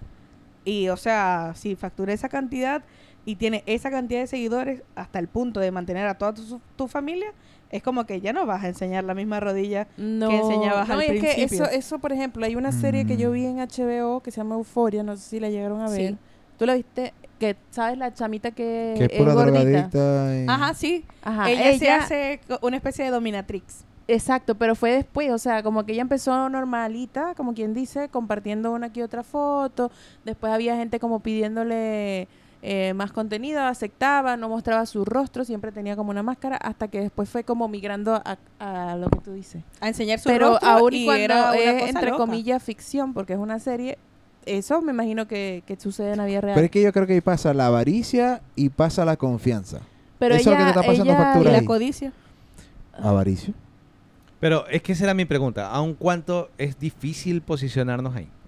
Y, o sea, si factura esa cantidad y tiene esa cantidad de seguidores hasta el punto de mantener a toda tu familia, es como que ya no vas a enseñar la misma rodilla No, que enseñabas al y es que principio. eso, por ejemplo, hay una serie que yo vi en HBO que se llama Euphoria, no sé si la llegaron a ver. Sí. ¿Tú la viste? Que, ¿sabes? La chamita que Que es pura gordita. drogadita. Ajá, sí. Ajá, Ella se hace una especie de dominatrix. Exacto, pero fue después, o sea, como que ella empezó normalita, como quien dice, compartiendo una que otra foto. Después había gente como pidiéndole más contenido, aceptaba, no mostraba su rostro, siempre tenía como una máscara, hasta que después fue como migrando a lo que tú dices. A enseñar su Pero rostro aún y y cuando era una es, cosa entre loca. comillas, ficción, porque es una serie, eso me imagino que sucede en la vida real. Pero es que yo creo que ahí pasa la avaricia y pasa la confianza. Pero eso es lo que te está pasando Y factura la ahí. codicia. Avaricio. Pero es que esa era mi pregunta. ¿Aun cuánto es difícil posicionarnos ahí?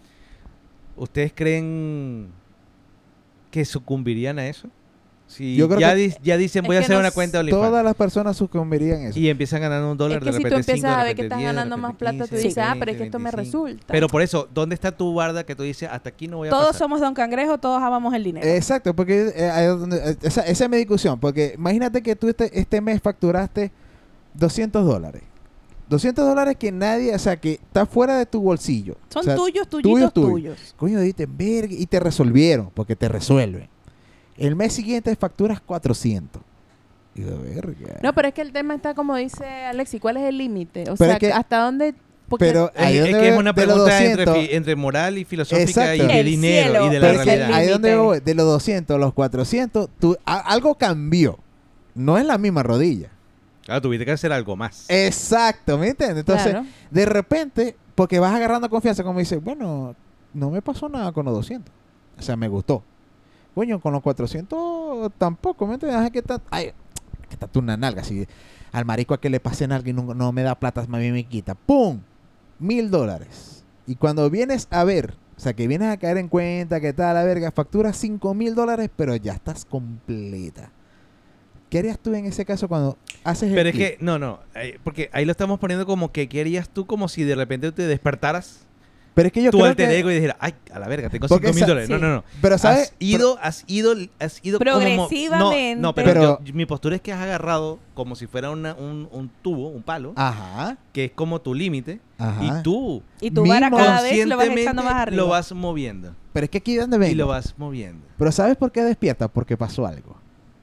¿Ustedes creen que sucumbirían a eso? Si Yo creo ya, que- ya dicen Es voy a que hacer no una s- cuenta de OnlyFans Todas las personas sucumbirían a eso. y empiezan ganando $1, Es de que si tú repente 5, empiezas de a ver repente que estás 10, de ganando repente más plata, tú 15, dices, pero 20, es que esto me 25. resulta. Pero por eso, ¿dónde está tu barda que tú dices hasta aquí no voy a Todos pasar? somos Don Cangrejo, todos amamos el dinero. Exacto, porque ahí es donde- esa es mi discusión. Porque imagínate que tú este mes facturaste $200. $200 que nadie, o sea, que está fuera de tu bolsillo. Son O sea, tuyos, tuyitos, tuyos. Coño, dijiste, verga, y te resolvieron, porque te resuelven. El mes siguiente facturas 400. Y de verga. No, pero es que el tema está como dice Alexi, ¿cuál es el límite? O Pero sea, es que- ¿hasta dónde? Porque pero ahí Es donde que es veo una de los pregunta 200, entre moral y filosófica Exacto. y de El dinero cielo y de la pero es que realidad. ahí donde límite. voy, de los 200 a los 400, algo cambió. No es la misma rodilla. Claro, tuviste que hacer algo más. Exacto, ¿me entiendes? Entonces, Claro. de repente, porque vas agarrando confianza, como dices, bueno, no me pasó nada con los 200. O sea, me gustó. Coño, con los 400 tampoco, ¿me entiendes? Que está tú una nalga. Así, al marico a que le pase nalga y no me da plata, más bien me quita. ¡Pum! $1,000. Y cuando vienes a ver, o sea, que vienes a caer en cuenta que tal la verga, facturas $5,000, pero ya estás completa. ¿Qué harías tú en ese caso cuando haces el Pero es clic? que, no, porque ahí lo estamos poniendo como que querías tú como si de repente te despertaras Pero es que yo tu creo alter que... ego y dijeras, ay, a la verga, tengo Porque $5,000. sí. No. Pero, ¿sabes? Has ido como... Progresivamente. No, pero mi postura es que has agarrado como si fuera un tubo, un palo, Ajá, que es como tu límite, ajá. y tú Y tu vara Mismo- cada vez lo vas conscientemente echando más arriba. lo vas moviendo. Pero es que aquí es donde Y vengo. lo vas moviendo. Pero ¿sabes por qué despierta? Porque pasó algo.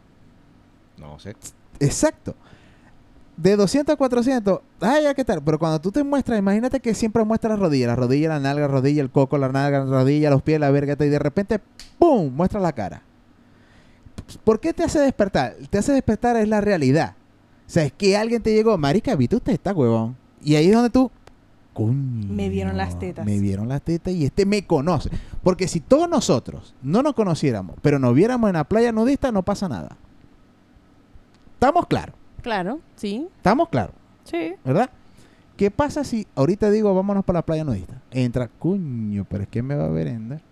No sé. Exacto. De 200 a 400, ya qué tal. Pero cuando tú te muestras, imagínate que siempre muestras la rodilla, la nalga, la rodilla, el coco, la nalga, la rodilla, los pies, la verga, y de repente, ¡pum!, muestras la cara. ¿Por qué te hace despertar? Te hace despertar es la realidad. O sea, es que alguien te llegó, marica, ¿viste usted está huevón? Y ahí es donde tú, coño, Me vieron las tetas. Me vieron las tetas y este me conoce. Porque si todos nosotros no nos conociéramos, pero nos viéramos en la playa nudista, no pasa nada. ¿Estamos claros? Claro, sí. ¿Estamos claros? Sí. ¿Verdad? ¿Qué pasa si ahorita digo vámonos para la playa nudista? Entra, coño, pero es que me va a ver Ender.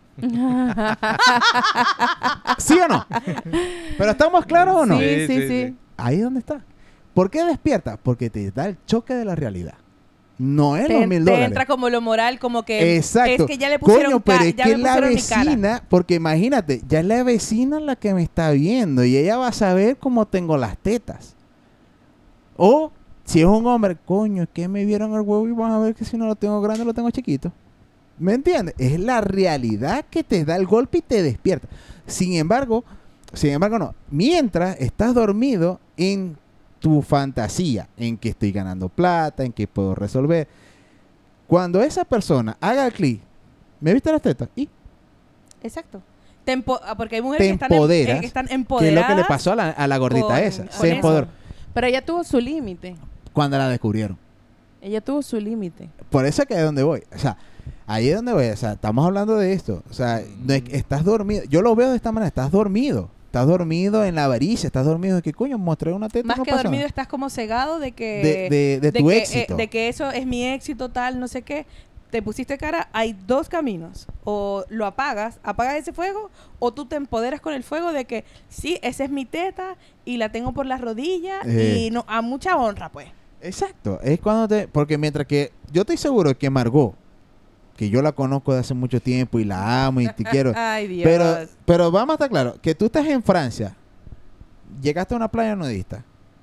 ¿Sí o no? ¿Pero estamos claros o no? Sí, Sí, sí. sí. Ahí es donde está. ¿Por qué despierta? Porque te da el choque de la realidad. No es los Te $1,000. entra como lo moral, como que Exacto. es que ya le pusieron Coño, pero es ya que me la pusieron mi cara. vecina, porque imagínate, ya es la vecina la que me está viendo y ella va a saber cómo tengo las tetas. O si es un hombre, coño, es que me vieron el huevo y van a ver que si no lo tengo grande lo tengo chiquito. ¿Me entiendes? Es la realidad que te da el golpe y te despierta. Sin embargo no. Mientras estás dormido en tu fantasía en que estoy ganando plata, en que puedo resolver. Cuando esa persona haga el clic, ¿me viste las tetas? Y Exacto. Porque hay mujeres te empoderas, que están que es empoderadas. lo que le pasó a la gordita con- esa. con Se eso. empoderó Pero ella tuvo su límite. cuando la descubrieron. Ella tuvo su límite. Por eso es que es donde voy. O sea, ahí es donde voy. O sea, estamos hablando de esto. O sea, no es que estás dormido. Yo lo veo de esta manera. Estás dormido. Estás dormido en la avaricia. Estás dormido de que, coño, mostré una teta. Más no que pasa dormido nada. estás como cegado de que... De tu que, éxito. de que eso es mi éxito tal, no sé qué. Te pusiste cara, hay dos caminos. O lo apagas ese fuego, o tú te empoderas con el fuego de que sí, esa es mi teta y la tengo por las rodillas y no, a mucha honra, pues. Exacto. Es cuando te... Porque mientras que... Yo estoy seguro que Margot, que yo la conozco de hace mucho tiempo y la amo y te quiero... Ay, Dios. Pero vamos a estar claro, que tú estás en Francia, llegaste a una playa nudista,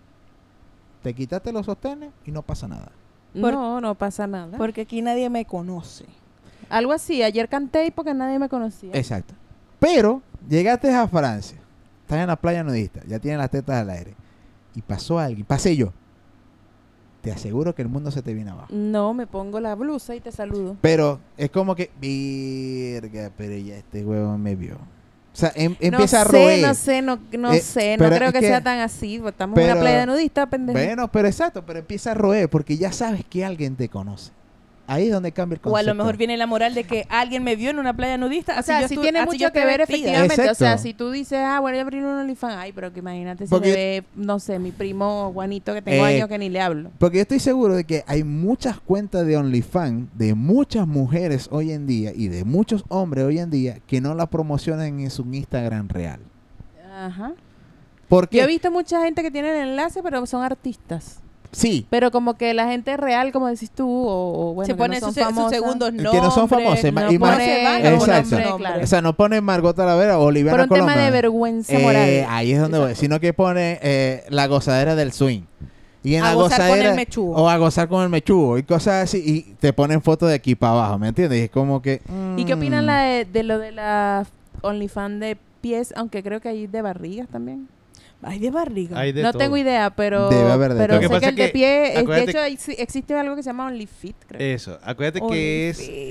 te quitaste los sostenes y no pasa nada. No pasa nada. Porque aquí nadie me conoce. Algo así. Ayer canté porque nadie me conocía. Exacto. Pero llegaste a Francia, estás en la playa nudista, ya tienes las tetas al aire, y pasó alguien, pasé yo. Te aseguro que el mundo se te viene abajo. No, me pongo la blusa y te saludo. Pero es como que, virga, pero ya este huevo me vio. O sea, empieza a roer. No sé, no pero creo es que que- sea tan así. Pues estamos en pero- una playa nudista, pendejo. Bueno, pero exacto, pero empieza a roer porque ya sabes que alguien te conoce. Ahí es donde cambia el O concepto. a lo mejor viene la moral de que alguien me vio en una playa nudista. O así sea, yo sí estu- tiene así mucho yo que estoy ver vestida. efectivamente. O sea, Exacto. si tú dices, voy a abrir un OnlyFans, ay, pero que imagínate si Porque- se ve, no sé, mi primo Juanito que tengo Eh, años que ni le hablo. Porque yo estoy seguro de que hay muchas cuentas de OnlyFans de muchas mujeres hoy en día y de muchos hombres hoy en día que no la promocionan en su Instagram real. Ajá. ¿Por qué? Yo he visto mucha gente que tiene el enlace, pero son artistas. Sí, Pero como que la gente real, como decís tú, o bueno, se que pone no son sus famosas, segundos que nombres. no son famosas, no y más- pone- van, no no pone exacto. nombre, claro. o sea, no pone Margot Talavera o Olivia Por un tema Coloma. de vergüenza moral. Ahí es donde voy, sino que pone la gozadera del swing. Y en A la gozar con gozadera el mechugo. o a gozar con el mechugo y cosas así y te ponen fotos de aquí para abajo, ¿me entiendes? Y es como que ¿Y qué opinan de lo de la OnlyFans de pies? Aunque creo que hay de barrigas también. Ay, de barriga. Hay de No todo. tengo idea, pero, Debe haber de pero todo. sé Lo que que pasa el de es que, pie, de acuérdate hecho existe algo que se llama OnlyFit, creo. Eso, acuérdate OnlyFans. que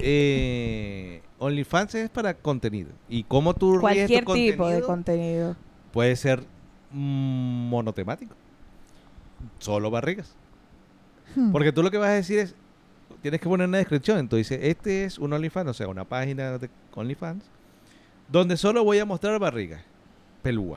es OnlyFans es para contenido. Y cómo tú ríes Cualquier tu tipo de contenido contenido. puede ser monotemático. Solo barrigas. Porque tú lo que vas a decir es, tienes que poner una descripción. Entonces dices, este es un OnlyFans, o sea, una página de OnlyFans, donde solo voy a mostrar barrigas pelúa.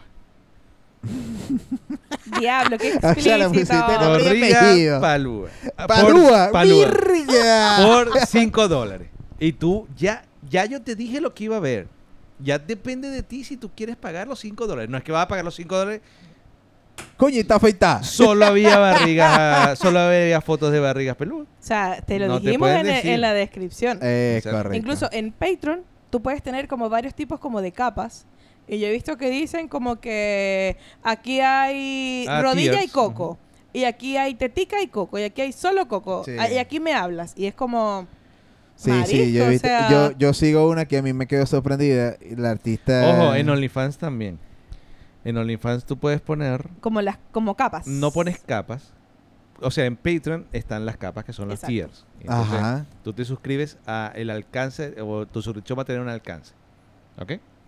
Diablo, qué O sea, la explícito. pusiste en Barriga Barriga apellido. palúa. Ah, ¡Palúa! palúa. ¡Virga! Por $5. Y tú, ya yo te dije lo que iba a ver. Ya depende de ti si tú quieres pagar los $5. No es que vas a pagar los $5. Coño, y está afeitada. Solo había barrigas, solo había fotos de barrigas peludas. O sea, te lo No te dijimos pueden en, decir. en la descripción. Exacto. Correcto. Incluso en Patreon tú puedes tener como varios tipos como de capas. Y yo he visto que dicen como que aquí hay rodilla tiers. y coco. Y aquí hay tetica y coco. Y aquí hay solo coco. Sí. Y aquí me hablas. Y es como... Sí, Marico, sí, yo, he o visto- sea- yo sigo una que a mí me quedó sorprendida. Y la artista... Ojo, en OnlyFans también. En OnlyFans tú puedes poner, como capas. no pones capas. O sea, en Patreon están las capas que son los Exacto. tiers. Entonces, Ajá. tú te suscribes a el alcance, o tu suscripción va a tener un alcance. ¿Ok?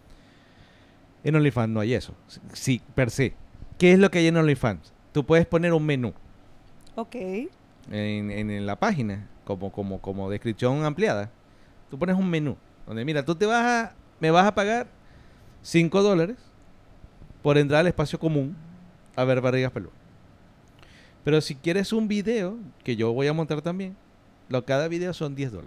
En OnlyFans no hay eso. Sí, per se. ¿Qué es lo que hay en OnlyFans? Tú puedes poner un menú Ok. en la página, como descripción ampliada. Tú pones un menú donde, mira, me vas a pagar $5 por entrar al espacio común a ver barrigas peludas. Pero si quieres un video, que yo voy a montar también, cada video son $10.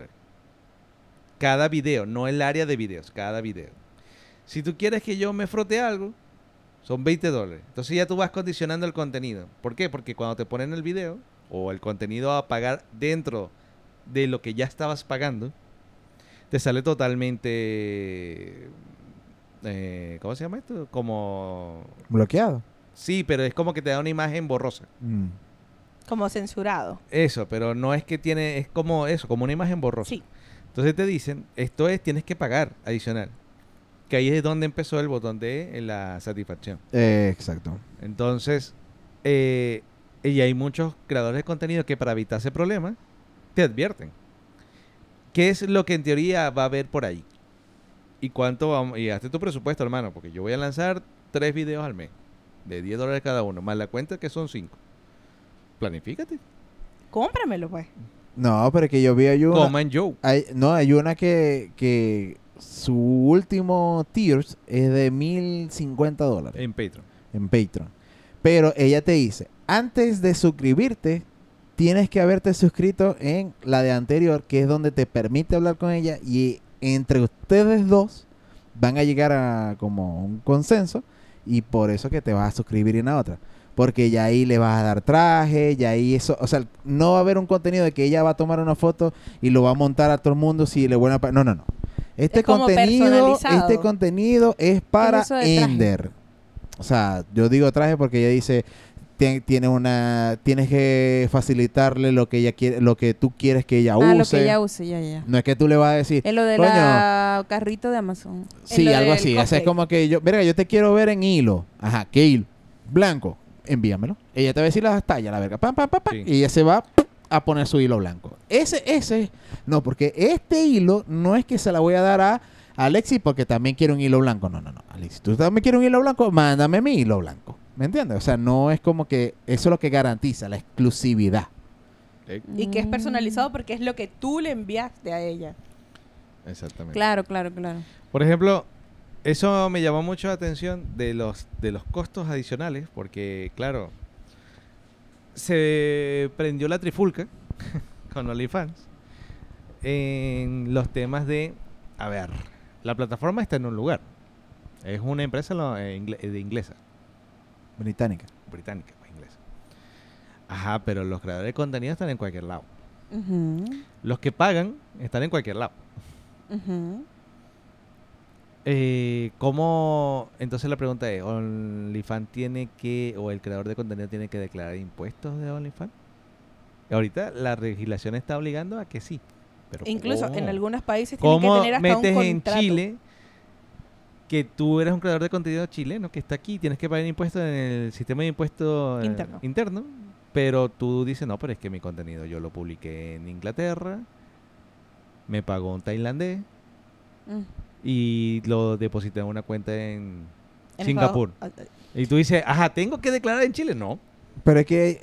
Cada video, no el área de videos, cada video. Si tú quieres que yo me frote algo, son $20. Entonces ya tú vas condicionando el contenido. ¿Por qué? Porque cuando te ponen el video o el contenido a pagar dentro de lo que ya estabas pagando, te sale totalmente... ¿cómo se llama esto? Como... Bloqueado. Sí, pero es como que te da una imagen borrosa. Como censurado. Eso, pero no es que tiene... Es como eso, como una imagen borrosa. Sí. Entonces te dicen, tienes que pagar adicional. Que ahí es donde empezó el botón de la satisfacción. Exacto. Entonces, Y hay muchos creadores de contenido que para evitar ese problema te advierten. ¿Qué es lo que en teoría va a haber por ahí? ¿Y cuánto vamos? Y hazte tu presupuesto, hermano, porque yo voy a lanzar 3 videos al mes de $10 cada uno, más la cuenta que son 5. Planifícate. Cómpramelo, pues. No, pero es que yo vi hay una... Coman Joe. Hay una que su último tiers es de $1,050 En Patreon. en Patreon. Pero ella te dice, antes de suscribirte, tienes que haberte suscrito en la de anterior, que es donde te permite hablar con ella, y entre ustedes dos van a llegar a como un consenso, y por eso que te vas a suscribir en la otra. Porque ya ahí le vas a dar traje, ya ahí eso, o sea, no va a haber un contenido de que ella va a tomar una foto y lo va a montar a todo el mundo si le buena no. Este Es como contenido, personalizado. es para eso de traje? Ender. O sea, yo digo traje porque ella dice tienes que facilitarle lo que ella quiere, lo que tú quieres que ella use. Lo que ella use, ya. No es que tú le vas a decir, Es lo de coño, la carrito de Amazon. sí, lo algo del así. O sea, es cosplay. como que yo te quiero ver en hilo. Ajá, ¿qué hilo? Blanco. Envíamelo. Ella te va a decir las tallas, la verga. Pam, pam, pam, pam, Sí. y ella se va a poner su hilo blanco. Ese. No, porque este hilo no es que se la voy a dar a Alexis porque también quiero un hilo blanco. No. Alexis, tú también quieres un hilo blanco, mándame mi hilo blanco. ¿Me entiendes? O sea, no es como que eso es lo que garantiza la exclusividad. Y que es Mm. personalizado porque es lo que tú le enviaste a ella. Exactamente. Claro. Por ejemplo, eso me llamó mucho la atención de los costos adicionales, porque, claro, se prendió la trifulca con OnlyFans en los temas de, a ver, la plataforma está en un lugar, es una empresa de inglesa, Británica. británica, pues, inglesa. Ajá, pero los creadores de contenido están en cualquier lado. Ujú, Los que pagan están en cualquier lado. ujú. ¿Cómo? Entonces la pregunta es, ¿OnlyFans o el creador de contenido tiene que declarar impuestos de OnlyFans? Ahorita la legislación está obligando a que sí. Pero Incluso ¿cómo? en algunos países tienen que ¿Cómo tener hasta un metes en contrato. Chile que tú eres un creador de contenido chileno que está aquí, tienes que pagar impuestos en el sistema de impuestos interno, pero tú dices, no, pero es que mi contenido yo lo publiqué en Inglaterra, me pagó un tailandés Mm. y lo deposité en una cuenta en En Singapur. Estados- Y tú dices, ajá, ¿tengo que declarar en Chile? No. Pero es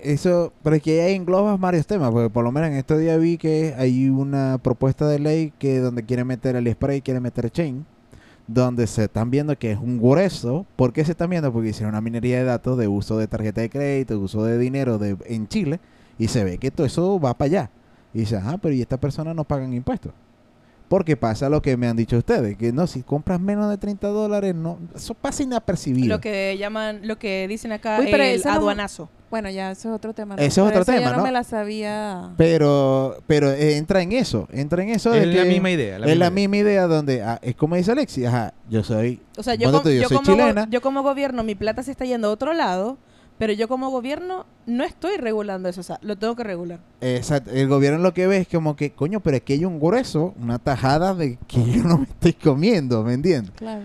que ahí engloba varios temas, porque por lo menos en estos días vi que hay una propuesta de ley que donde quieren meter el spray, quieren meter chain, donde se están viendo que es un grueso. ¿Por qué se están viendo? Porque hicieron una minería de datos de uso de tarjeta de crédito, de uso de dinero en Chile, y se ve que todo eso va para allá. Y dice, pero ¿y estas personas no pagan impuestos? Porque pasa lo que me han dicho ustedes, que no, si compras menos de $30, no, eso pasa inapercibido. lo que dicen acá, Uy, pero el eso no- aduanazo. Bueno, ya eso es otro tema. Ese es otro Pero tema, yo ¿no? me la sabía. Pero entra en eso de Es la que misma idea. es la misma idea donde es como dice Alexis, yo soy, O sea, ponte tú, yo soy chilena. yo como gobierno, mi plata se está yendo a otro lado, pero yo como gobierno no estoy regulando eso. O sea, lo tengo que regular. Exacto, el gobierno lo que ve es como que, coño, pero es que hay un grueso, una tajada de que yo no me estoy comiendo, ¿me entiendes? Claro.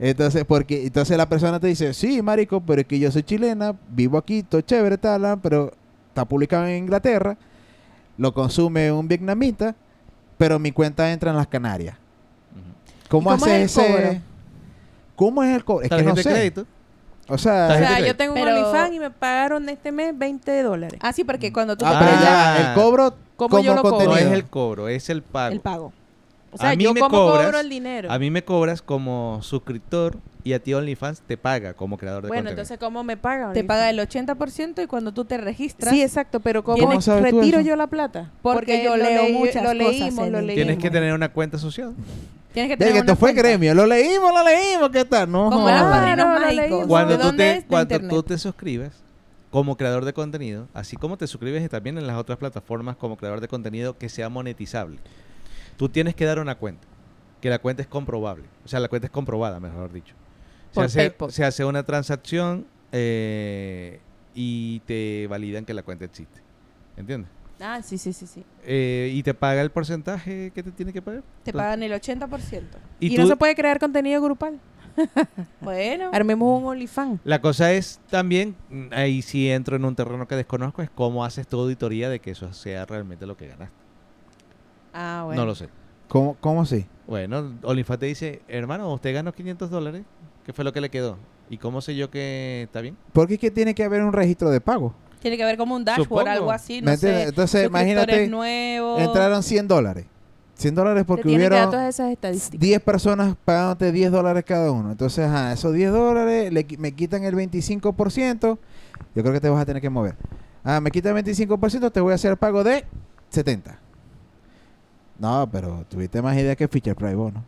Entonces la persona te dice, sí, marico, pero es que yo soy chilena, vivo aquí, todo chévere, tal, pero está publicado en Inglaterra, lo consume un vietnamita, pero mi cuenta entra en las Canarias. ¿Cómo ¿Y cómo hace es el ese? cobro? ¿Cómo es el cobro? Es que no de sé. crédito. O sea, O Tarjeta sea, de yo crédito. tengo un Pero- OnlyFans y me pagaron este mes $20. Ah, sí, porque cuando tú te pero pagas ya, el cobro ¿Cómo yo lo cobro? No contenido. es el cobro, es el pago. el pago. O sea, A mí yo me cómo cobras- cobro el dinero. A mí me cobras como suscriptor y a ti OnlyFans te paga como creador de Bueno, contenido. entonces, ¿cómo me pagan? Te paga el 80% y cuando tú te registras, Sí, exacto, pero ¿cómo ¿Cómo sabes tú retiro eso? yo la plata? Porque yo leo muchas lo cosas leímos, en lo internet. leímos. Tienes que tener una cuenta asociada. tienes que Ve tener que una esto fue cuenta. gremio, lo leímos, ¿qué tal? No, Como jodas. los padrinos Claro, lo mágicos. leímos. Cuando ¿De tú dónde te, es? De cuando internet. tú te suscribes como creador de contenido, así como te suscribes también en las otras plataformas como creador de contenido que sea monetizable, tú tienes que dar una cuenta, que la cuenta es comprobable, o sea, la cuenta es comprobada, mejor dicho. Por PayPal. Se hace una transacción y te validan que la cuenta existe. ¿Entiendes? Ah, sí. Y te paga el porcentaje que te tiene que pagar. Te pagan el 80%. ¿Y tú, no se puede crear contenido grupal? Bueno, Armemos un OnlyFans. La cosa es también, ahí sí entro en un terreno que desconozco, es cómo haces tu auditoría de que eso sea realmente lo que ganaste. Ah, bueno. No lo sé. ¿Cómo así? Bueno, OnlyFans te dice, hermano, usted ganó $500. ¿Qué fue lo que le quedó? ¿Y cómo sé yo que está bien? Porque es que tiene que haber un registro de pago. tiene que haber como un dashboard, Supongo. algo así, ¿Me no sé. entiendes? Entonces, imagínate, nuevos. entraron $100. $100 Te porque tiene que dar hubieron todas esas estadísticas. 10 personas pagándote $10 cada uno. Entonces, esos $10 me quitan el 25%. Yo creo que te vas a tener que mover. Me quitan el 25%, te voy a hacer pago de 70. No, pero tuviste más idea que Fisher Price, vos, ¿no?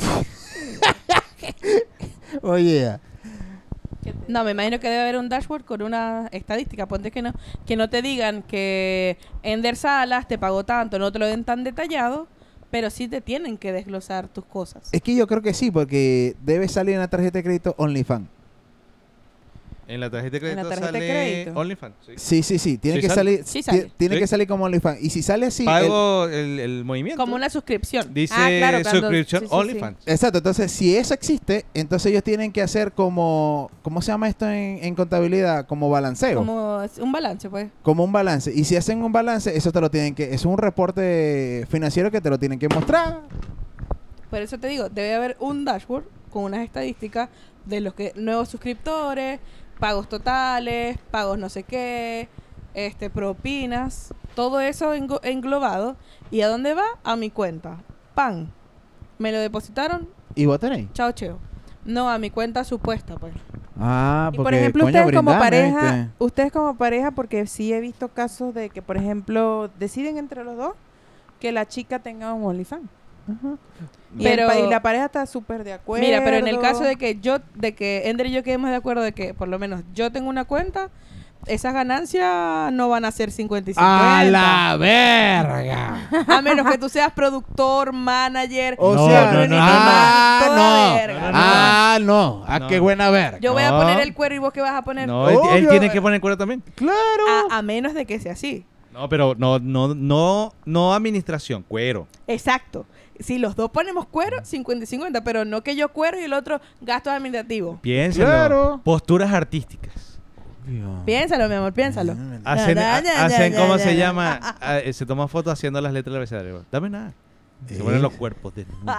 Oye, No, me imagino que debe haber un dashboard con una estadística. Ponte que no te digan que Ender Salas te pagó tanto, no te lo den tan detallado, pero sí te tienen que desglosar tus cosas. es que yo creo que sí, porque debe salir en la tarjeta de crédito OnlyFans. En la tarjeta de En la crédito tarjeta de sale crédito. OnlyFans. Sí. Sí. Tiene Sí que sale. salir. Sí sale. Tiene Sí. que salir como OnlyFans. Y si sale así. Pago el movimiento. Como una suscripción. Dice Claro, cuando- subscription sí, sí, sí. OnlyFans. Exacto, entonces si eso existe, entonces ellos tienen que hacer como, ¿cómo se llama esto en contabilidad? Como balanceo, Como un balance, pues. como un balance. Y si hacen un balance, eso te lo tienen que, es un reporte financiero que te lo tienen que mostrar. Por eso te digo, debe haber un dashboard con unas estadísticas de los que nuevos suscriptores, pagos totales, pagos no sé qué, propinas, todo eso englobado. ¿Y a dónde va? A mi cuenta. ¡Pam! Me lo depositaron, ¿Y vos tenéis? chao, cheo. No, a mi cuenta supuesta, pues. Y por ejemplo, ustedes como pareja, porque sí he visto casos de que, por ejemplo, deciden entre los dos que la chica tenga un OnlyFans. Pero- Y la pareja está súper de acuerdo. Mira, pero en el caso de que Ender y yo quedemos de acuerdo de que por lo menos yo tengo una cuenta, esas ganancias no van a ser 50 y 50. ¡A la verga! A menos que tú seas productor, manager. O No, sea, no, no, no, toda verga. No. No. Qué buena verga. Yo voy a No. poner el cuero y vos qué vas a poner. No, él Obvio. tiene que poner cuero también. Claro. A menos de que sea así. No, pero no administración, cuero. Exacto. Si los dos ponemos cuero, 50 y 50, pero no que yo cuero y el otro gastos administrativos. Piénsalo. Claro. Posturas artísticas. Piénsalo, mi amor, piénsalo. Hacen, ya, hacen ya, ¿cómo ya, se ya. llama? Se toman fotos haciendo las letras del abecedario. Dame nada. Se ponen los cuerpos desnudos.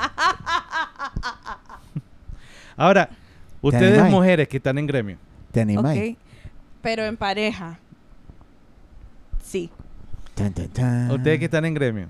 Ahora, ustedes animáis? mujeres que están en gremio, ¿Te animáis? Ok. Pero en pareja. Sí. Tan, tan, tan. ustedes que están en gremio,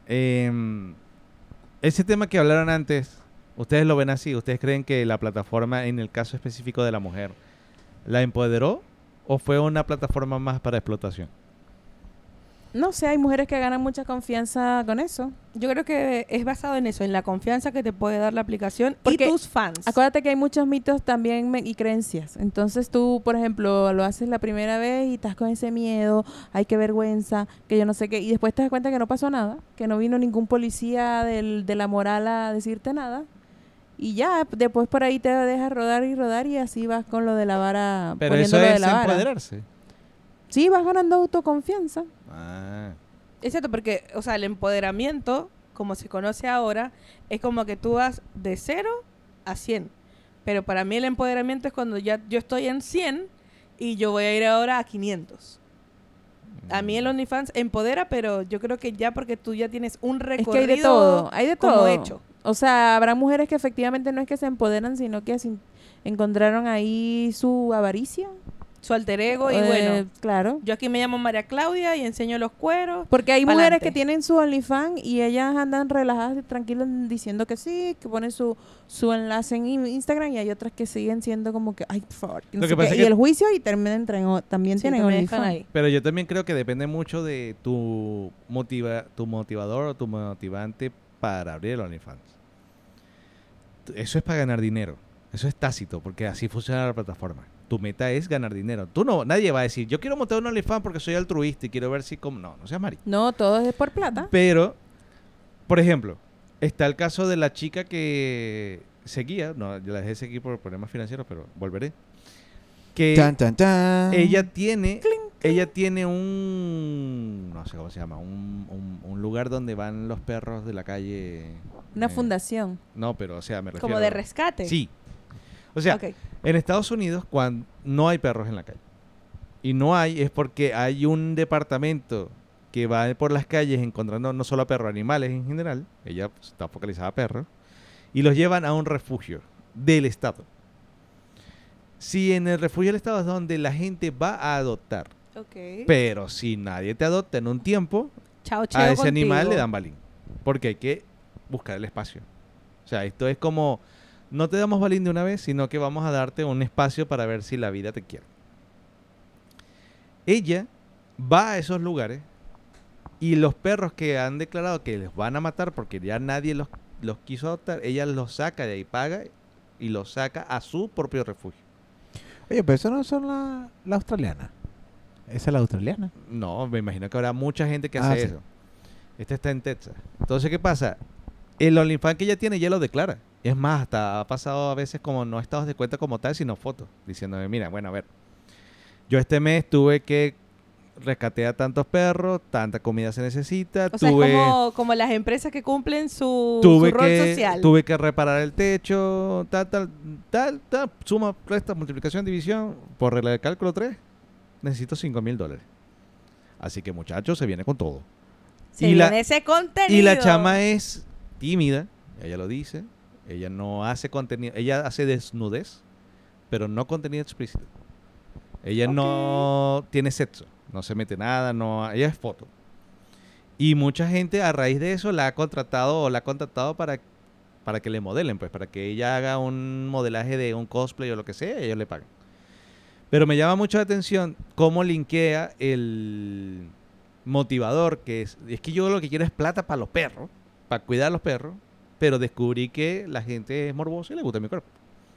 ese tema que hablaron antes, ¿ustedes lo ven así? ¿Ustedes creen que la plataforma, en el caso específico de la mujer, la empoderó o fue una plataforma más para explotación? No sé, hay mujeres que ganan mucha confianza con eso. Yo creo que es basado en eso, en la confianza que te puede dar la aplicación Porque y tus fans. Acuérdate que hay muchos mitos también y creencias. Entonces tú, por ejemplo, lo haces la primera vez y estás con ese miedo, ay, qué vergüenza, que yo no sé qué. Y después te das cuenta que no pasó nada, que no vino ningún policía de la moral a decirte nada. Y ya, después por ahí te dejas rodar y así vas con lo de la vara, Pero eso poniéndolo de es la vara. empoderarse. Sí, vas ganando autoconfianza. Ah. Exacto, porque, o sea, el empoderamiento, como se conoce ahora, es como que tú vas de 0 a 100. Pero para mí el empoderamiento es cuando ya yo estoy en 100 y yo voy a ir ahora a 500. A mí el OnlyFans empodera, pero yo creo que ya porque tú ya tienes un Es recorrido que hay de como todo. hecho. O sea, habrá mujeres que efectivamente no es que se empoderan, sino que encontraron ahí su avaricia. Su alter ego y bueno, Claro. yo aquí me llamo María Claudia y enseño los cueros. Porque hay Pa'lante. mujeres que tienen su OnlyFans y ellas andan relajadas y tranquilas diciendo que sí, que ponen su enlace en Instagram, y hay otras que siguen siendo como que, ay, por favor. que no Lo sé que pasa qué. es y que- el juicio y también Sí, tienen también están OnlyFans. ahí. Pero yo también creo que depende mucho de tu motivador o tu motivante para abrir el OnlyFans. Eso es para ganar dinero. Eso es tácito, porque así funciona la plataforma. Tu meta es ganar dinero. Nadie va a decir, yo quiero montar un OnlyFans porque soy altruista y quiero ver si... No seas marico. No, todo es por plata. Pero, por ejemplo, está el caso de la chica que seguía, no, yo la dejé seguir por problemas financieros, pero volveré. Que Tan, tan, tan. ella tiene un, no sé cómo se llama, un lugar donde van los perros de la calle. Una fundación. No, pero o sea, me refiero. Como de rescate. Sí. O sea, Ok. en Estados Unidos cuando no hay perros en la calle. Y no hay es porque hay un departamento que va por las calles encontrando no solo a perros, animales en general. Ella pues, está focalizada a perros. Y los llevan a un refugio del Estado. Si en el refugio del Estado es donde la gente va a adoptar. Ok. Pero si nadie te adopta en un tiempo, Chao, cheo a ese contigo. animal le dan balín. Porque hay que buscar el espacio. O sea, esto es como, no te damos balín de una vez, sino que vamos a darte un espacio para ver si la vida te quiere. Ella va a esos lugares y los perros que han declarado que les van a matar porque ya nadie los quiso adoptar, ella los saca de ahí, paga y los saca a su propio refugio. Oye, pero eso no son la australiana. Esa es la australiana. No, me imagino que habrá mucha gente que Ah, hace sí. eso. Esta está en Texas. Entonces, ¿qué pasa? El OnlyFans que ella tiene, ya lo declara. Es más, hasta ha pasado a veces como no estados de cuenta como tal, sino fotos. Diciéndome, mira, bueno, a ver. Yo este mes tuve que rescaté a tantos perros, tanta comida se necesita. O sea, tuve, es como las empresas que cumplen su tuve rol que, social. tuve que reparar el techo, tal, suma, resta, multiplicación, división, por regla de cálculo 3, necesito $5,000. Así que muchachos, se viene con todo. Se y la- viene ese contenido. Y la chama es tímida, ella lo dice, ella no hace contenido, ella hace desnudez, pero no contenido explícito. Ella Ok. no tiene sexo, no se mete nada, no, ella es foto. Y mucha gente a raíz de eso la ha contratado o la ha contactado para que le modelen, pues para que ella haga un modelaje de un cosplay o lo que sea, ellos le pagan. Pero me llama mucho la atención cómo linkea el motivador, que es que yo lo que quiero es plata para los perros, para cuidar a los perros, pero descubrí que la gente es morbosa y le gusta mi cuerpo.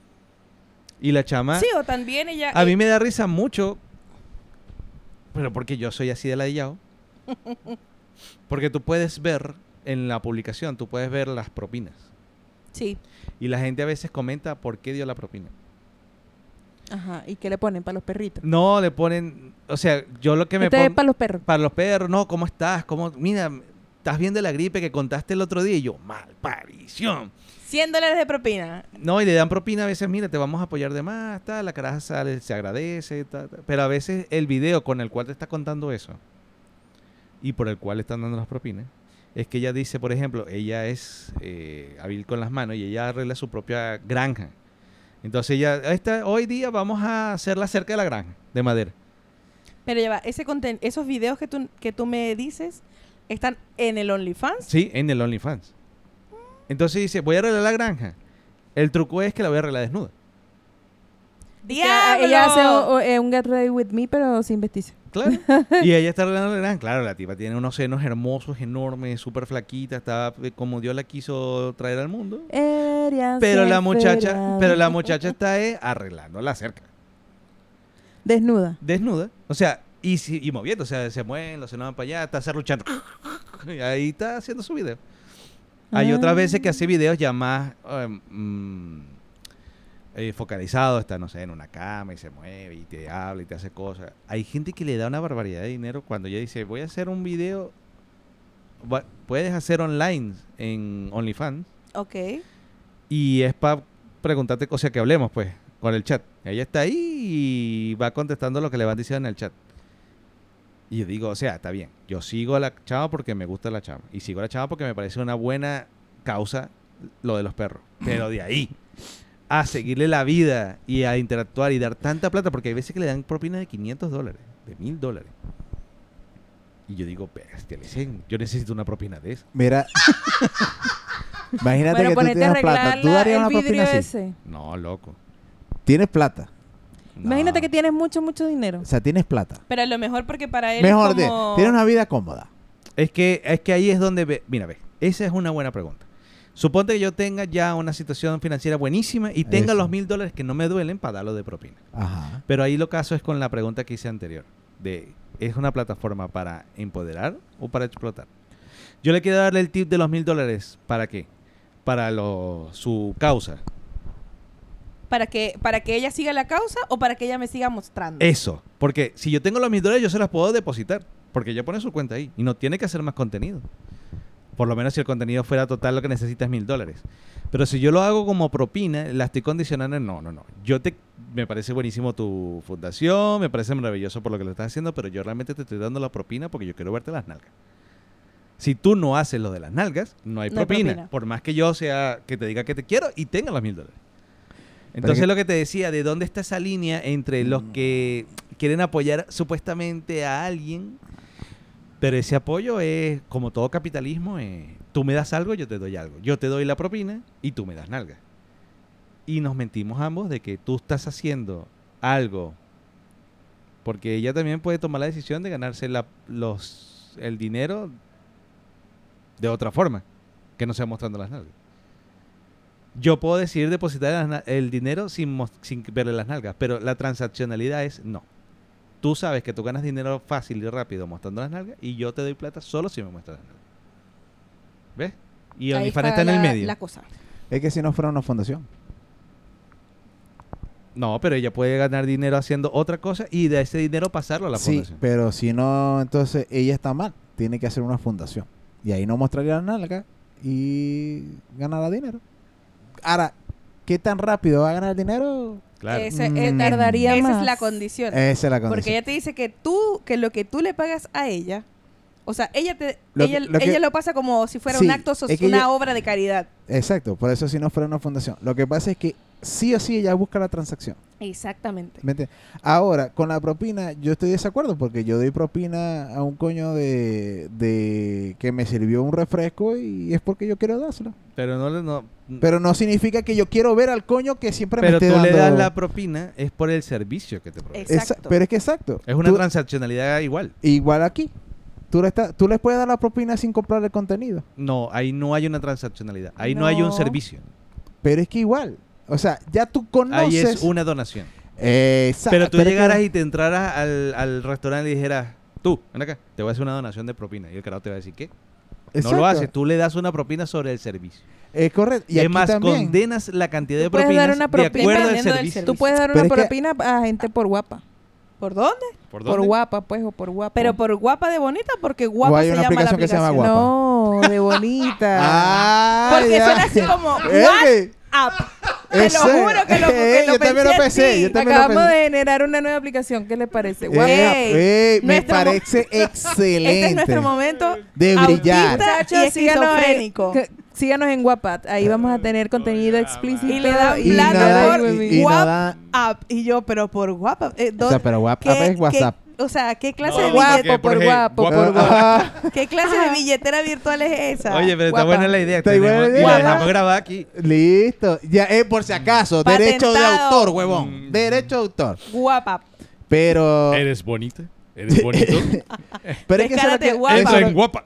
Y la chama, Sí, o también ella... a mí me da risa mucho, pero porque yo soy así de ladillado. Porque tú puedes ver en la publicación, tú puedes ver las propinas. Sí. Y la gente a veces comenta por qué dio la propina. Ajá. ¿Y qué le ponen para los perritos? No, le ponen, o sea, yo lo que me Este es pongo... para los perros. Para los perros, no, ¿cómo estás? Mira, estás viendo la gripe que contaste el otro día. Y yo, malparición. $100 de propina. No, y le dan propina a veces, mira, te vamos a apoyar de más, tal, la caraja sale, se agradece, tal, tal. Pero a veces el video con el cual te está contando eso y por el cual le están dando las propinas, es que ella dice, por ejemplo, ella es hábil con las manos y ella arregla su propia granja. Entonces ella, hoy día vamos a hacerla cerca de la granja, de madera. Pero ya va, esos videos que tú me dices están en el OnlyFans. Sí, en el OnlyFans. Entonces dice, voy a arreglar la granja. El truco es que la voy a arreglar desnuda. ¡Diablo! Ella hace un Get Ready With Me, pero sin vestirse. Claro. Y ella está arreglando la granja. Claro, la tipa tiene unos senos hermosos, enormes, súper flaquita. Está como Dios la quiso traer al mundo. Pero la muchacha está arreglando la cerca. Desnuda. Desnuda. O sea, y moviendo. O sea, se mueven, los senos van para allá, está serruchando. Y ahí está haciendo su video. Hay otras veces que hace videos ya más focalizados. Está, no sé, en una cama y se mueve y te habla y te hace cosas. Hay gente que le da una barbaridad de dinero cuando ella dice, voy a hacer un video. Puedes hacer online en OnlyFans. Ok. Y es para preguntarte, o sea, que hablemos, pues, con el chat. Ella está ahí y va contestando lo que le van diciendo en el chat. Y yo digo, o sea, está bien. Yo sigo a la chava porque me gusta la chava. Y sigo a la chava porque me parece una buena causa lo de los perros. Pero de ahí a seguirle la vida y a interactuar y dar tanta plata, porque hay veces que le dan propina de $500, de $1,000. Y yo digo, bestia, yo necesito una propina de eso. Mira. Imagínate Bueno, que tú ponete a tienes plata. arreglar ¿Tú darías el una vidrio propina así? ese. No, loco. Tienes plata. Imagínate No. que tienes mucho dinero. O sea, tienes plata. Pero a lo mejor porque para él Mejor es como... tienes una vida cómoda. Es que ahí es donde mira, ve, esa es una buena pregunta. Suponte que yo tenga ya una situación financiera buenísima y tenga Eso. los $1,000 que no me duelen para darlo de propina. Ajá. Pero ahí lo caso es con la pregunta que hice anterior. ¿Es una plataforma para empoderar o para explotar? Yo le quiero darle el tip de los $1,000. ¿Para qué? Para su causa. ¿Para que ella siga la causa o para que ella me siga mostrando? Eso. Porque si yo tengo los $1,000, yo se las puedo depositar. Porque ella pone su cuenta ahí. Y no tiene que hacer más contenido. Por lo menos si el contenido fuera total, lo que necesitas es $1,000. Pero si yo lo hago como propina, la estoy condicionando en no. Me parece buenísimo tu fundación, me parece maravilloso por lo que lo estás haciendo, pero yo realmente te estoy dando la propina porque yo quiero verte las nalgas. Si tú no haces lo de las nalgas, no hay propina. Por más que yo sea, que te diga que te quiero y tenga los $1,000. Entonces lo que te decía, ¿de dónde está esa línea entre los que quieren apoyar supuestamente a alguien? Pero ese apoyo es, como todo capitalismo, tú me das algo, yo te doy algo. Yo te doy la propina y tú me das nalgas. Y nos mentimos ambos de que tú estás haciendo algo, porque ella también puede tomar la decisión de ganarse el dinero de otra forma, que no sea mostrando las nalgas. Yo puedo decidir depositar el dinero sin verle las nalgas, pero la transaccionalidad es no. Tú sabes que tú ganas dinero fácil y rápido mostrando las nalgas y yo te doy plata solo si me muestras las nalgas. ¿Ves? Y OnlyFans está en el medio. La cosa. Es que si no fuera una fundación. No, pero ella puede ganar dinero haciendo otra cosa y de ese dinero pasarlo a la fundación. Sí, pero si no, entonces ella está mal. Tiene que hacer una fundación. Y ahí no mostraría las nalgas y ganará dinero. Ahora, ¿qué tan rápido va a ganar dinero? Claro. Tardaría esa más. es la condición. Esa es la condición. Porque ella te dice que lo que tú le pagas a ella, o sea, ella que- lo pasa como si fuera Sí, un acto es que una ella- obra de caridad. Exacto, por eso si no fuera una fundación. Lo que pasa es que sí o sí ella busca la transacción. Exactamente. ¿Me entiendes? Ahora, con la propina, yo estoy de desacuerdo porque yo doy propina a un coño de que me sirvió un refresco y es porque yo quiero dárselo. Pero Pero no significa que yo quiero ver al coño que siempre me pero esté tú dando... le das la propina es por el servicio que te provee. Exacto. Pero es que exacto. Es una Tú- transaccionalidad igual. Igual aquí. Tú les puedes dar la propina sin comprar el contenido. No, ahí no hay una transaccionalidad. Ahí no hay un No. servicio. Pero es que igual. O sea, ya tú conoces... Ahí es una donación. Exacto. Pero tú es que- llegaras y te entraras al restaurante y dijeras, tú, ven acá, te voy a hacer una donación de propina. Y el carajo te va a decir, ¿qué? No Exacto. lo haces, tú le das una propina sobre el servicio. Es correcto. Y Y aquí además también. condenas la cantidad de Tú puedes propinas dar una de propina acuerdo al dependiendo del servicio. servicio. Tú puedes dar Pero una es que- propina a gente por guapa. ¿Por dónde? ¿Por Por dónde? guapa, pues, o por guapa. Pero por guapa de bonita, porque guapa O hay se una llama la aplicación que se llama aplicación. Guapa. No, de bonita. Ah, Porque ya. suena así como, Ey, Up. Te lo ese- juro que yo también lo pensé. así. Yo también lo Acabamos pensé. de generar una nueva aplicación. ¿Qué le parece? Guapa. Ey, Me nuestro mo- parece excelente. Este es nuestro momento de brillar. autista y esquizofrénico. Síganos en Guapat. Ahí vamos a tener contenido explícito. Y le dan Y plata nada- por y guap nada- up. Y yo, pero por guapa. O sea, pero WhatsApp es WhatsApp. O sea, ¿qué clase No, de guapo, billetera? por guapo, por guapo. Ah, ¿Qué clase de billetera virtual es esa? Oye, pero está Guapa. buena la idea. Está buena la Y idea. la dejamos grabar aquí. listo. Ya, por si acaso. Derecho de Patentado. autor, huevón. Derecho de autor. Guapa. Pero. ¿Eres bonita? ¿Eres bonito? Pero es que eso es lo Descárate, que- guapa. eso es lo- guapa.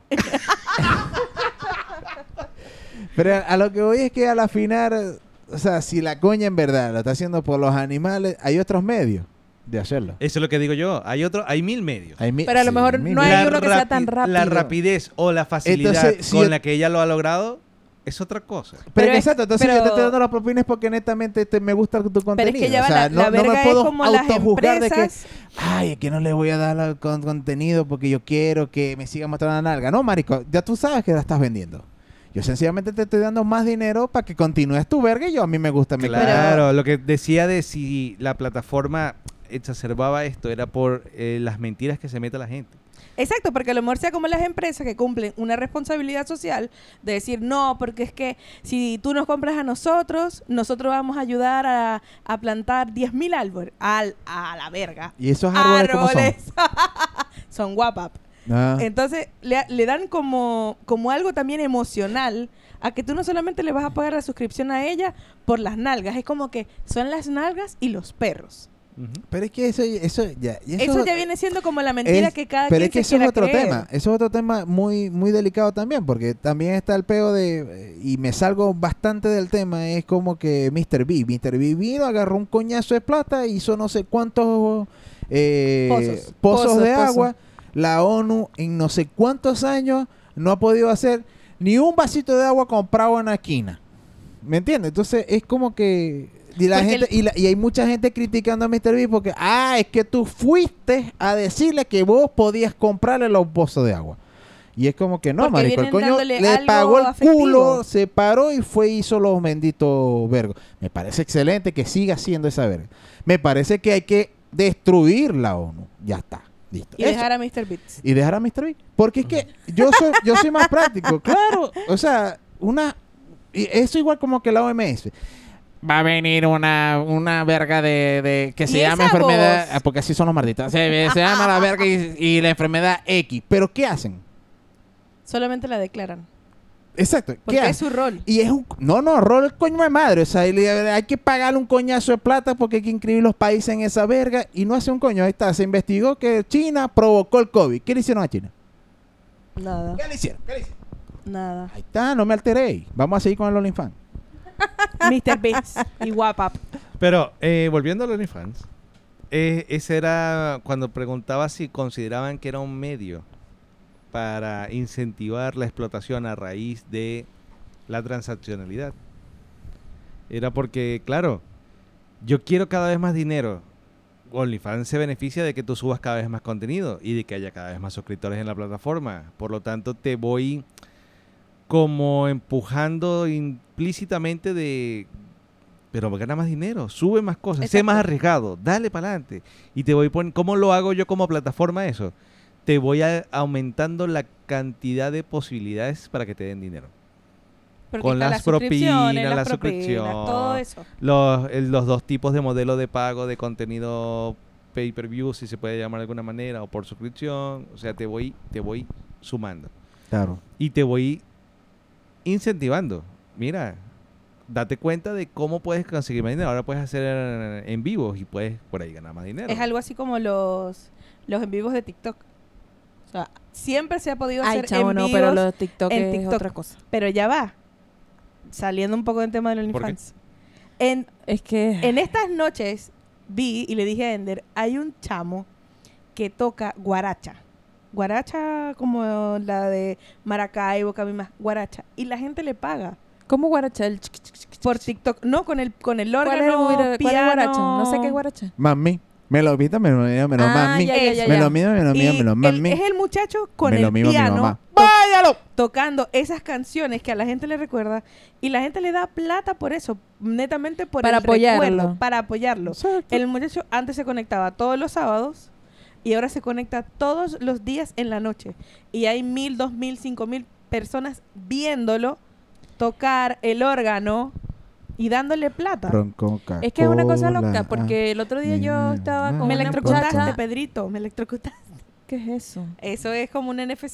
Pero a lo que voy es que a la final, o sea, si la coña en verdad lo está haciendo por los animales, hay otros medios de hacerlo. Eso es lo que digo yo. Hay 1,000 medios. Pero a lo mejor no hay uno que sea tan rápido. La rapidez o la facilidad Entonces, si con yo- la que ella lo ha logrado es otra cosa. Pero es- exacto, entonces pero- yo te estoy dando las propinas porque netamente me gusta tu contenido. Pero es que ya o va, sea, la no verga me es puedo como las autojuzgar de que, empresas. ay, es que no le voy a dar contenido porque yo quiero que me siga mostrando la nalga. No, marico, ya tú sabes que la estás vendiendo. Yo sencillamente te estoy dando más dinero para que continúes tu verga y yo a mí me gusta mi Claro, lo que decía de si la plataforma exacerbaba esto era por las mentiras que se mete la gente. Exacto, porque a lo mejor sea como las empresas que cumplen una responsabilidad social de decir, no, porque es que si tú nos compras a nosotros vamos a ayudar a plantar 10.000 árboles. A la verga. ¿Y esos árboles cómo son? Son guapas. Ah. Entonces le dan como algo también emocional a que tú no solamente le vas a pagar la suscripción a ella por las nalgas, es como que son las nalgas y los perros. Pero es que eso ya... y Eso ya viene siendo como la mentira es- que cada pero quien es que se eso es quiera otro creer. tema. Eso es otro tema muy, muy delicado también, porque también está el peo de... y me salgo bastante del tema, es como que Mr. B vino, agarró un coñazo de plata, hizo no sé cuántos pozos de agua. La ONU en no sé cuántos años no ha podido hacer ni un vasito de agua comprado en la esquina. ¿Me entiendes? Entonces es como que... Y, la Porque gente, y hay mucha gente criticando a Mr. B porque, es que tú fuiste a decirle que vos podías comprarle los pozos de agua. Y es como que no, Porque marico, el vienen coño dándole le algo pagó el afectivo. culo, se paró y fue hizo los benditos vergos. Me parece excelente que siga haciendo esa verga. Me parece que hay que destruir la ONU. Ya está. Listo. Y Eso. dejar a Mr. Beats. Y dejar a Mr. Beast. Porque es que yo soy más práctico, claro. O sea, y eso igual como que la OMS. Va a venir una verga de que se ¿Y llama esa enfermedad, voz? porque así son los malditos. Se llama la verga y la enfermedad X. Pero ¿qué hacen? Solamente la declaran. Exacto. Porque ¿Qué es hacen? su rol. Y es rol el coño de madre. O sea, hay que pagarle un coñazo de plata porque hay que inscribir los países en esa verga y no hace un coño. Ahí está, se investigó que China provocó el COVID. ¿Qué le hicieron a China? Nada. ¿Qué le hicieron? Nada. Ahí está, no me alteréis. Vamos a seguir con el OnlyFans. Mr. Beats y Wapap. Pero, volviendo a los OnlyFans, ese era cuando preguntaba si consideraban que era un medio para incentivar la explotación a raíz de la transaccionalidad. Era porque, claro, yo quiero cada vez más dinero. OnlyFans se beneficia de que tú subas cada vez más contenido y de que haya cada vez más suscriptores en la plataforma. Por lo tanto, te voy como empujando implícitamente de... Pero gana más dinero, sube más cosas, sé Exacto. más arriesgado, dale para adelante. Y te voy poniendo... ¿Cómo lo hago yo como plataforma eso? Te voy aumentando la cantidad de posibilidades para que te den dinero. Porque Con está las suscripciones, propinas, la las suscripción, todo eso. Los dos tipos de modelo de pago de contenido pay-per-view, si se puede llamar de alguna manera, o por suscripción. O sea, te voy sumando. Claro. Y te voy incentivando. Mira, date cuenta de cómo puedes conseguir más dinero. Ahora puedes hacer en vivos y puedes por ahí ganar más dinero. Es algo así como los en vivos de TikTok. O sea, siempre se ha podido Ay, hacer chavo, en no, vivos, pero los TikTok en es TikTok. otra cosa. pero ya va. Saliendo un poco del tema del ¿Por qué? OnlyFans. En Es que... estas noches vi y le dije a Ender, hay un chamo que toca guaracha. Guaracha como la de Maracaibo, Cabima, guaracha. Y la gente le paga ¿Cómo guaracha? El por TikTok. No, con el ¿Cuál es, órgano, cuál es piano. guaracha? No sé qué es guaracha. Mami. Me lo viste, me lo mami. ya, ya, ya, Me ya. lo mido, me lo mido, Y me lo mami. es el muchacho con Me el lo mimo a mi piano mamá. ¡Váyalo! Tocando esas canciones que a la gente le recuerda y la gente le da plata por eso, netamente por Para el apoyarlo. recuerdo, para apoyarlo. Exacto. El muchacho antes se conectaba todos los sábados y ahora se conecta todos los días en la noche y hay 1,000, 2,000, 5,000 personas viéndolo tocar el órgano y dándole plata. Ron Coca-Cola. Es que es una cosa loca, porque el otro día yo estaba con Me una electrocutaste, muchacha... Pedrito, me electrocutaste. ¿Qué es eso? Eso es como un NFC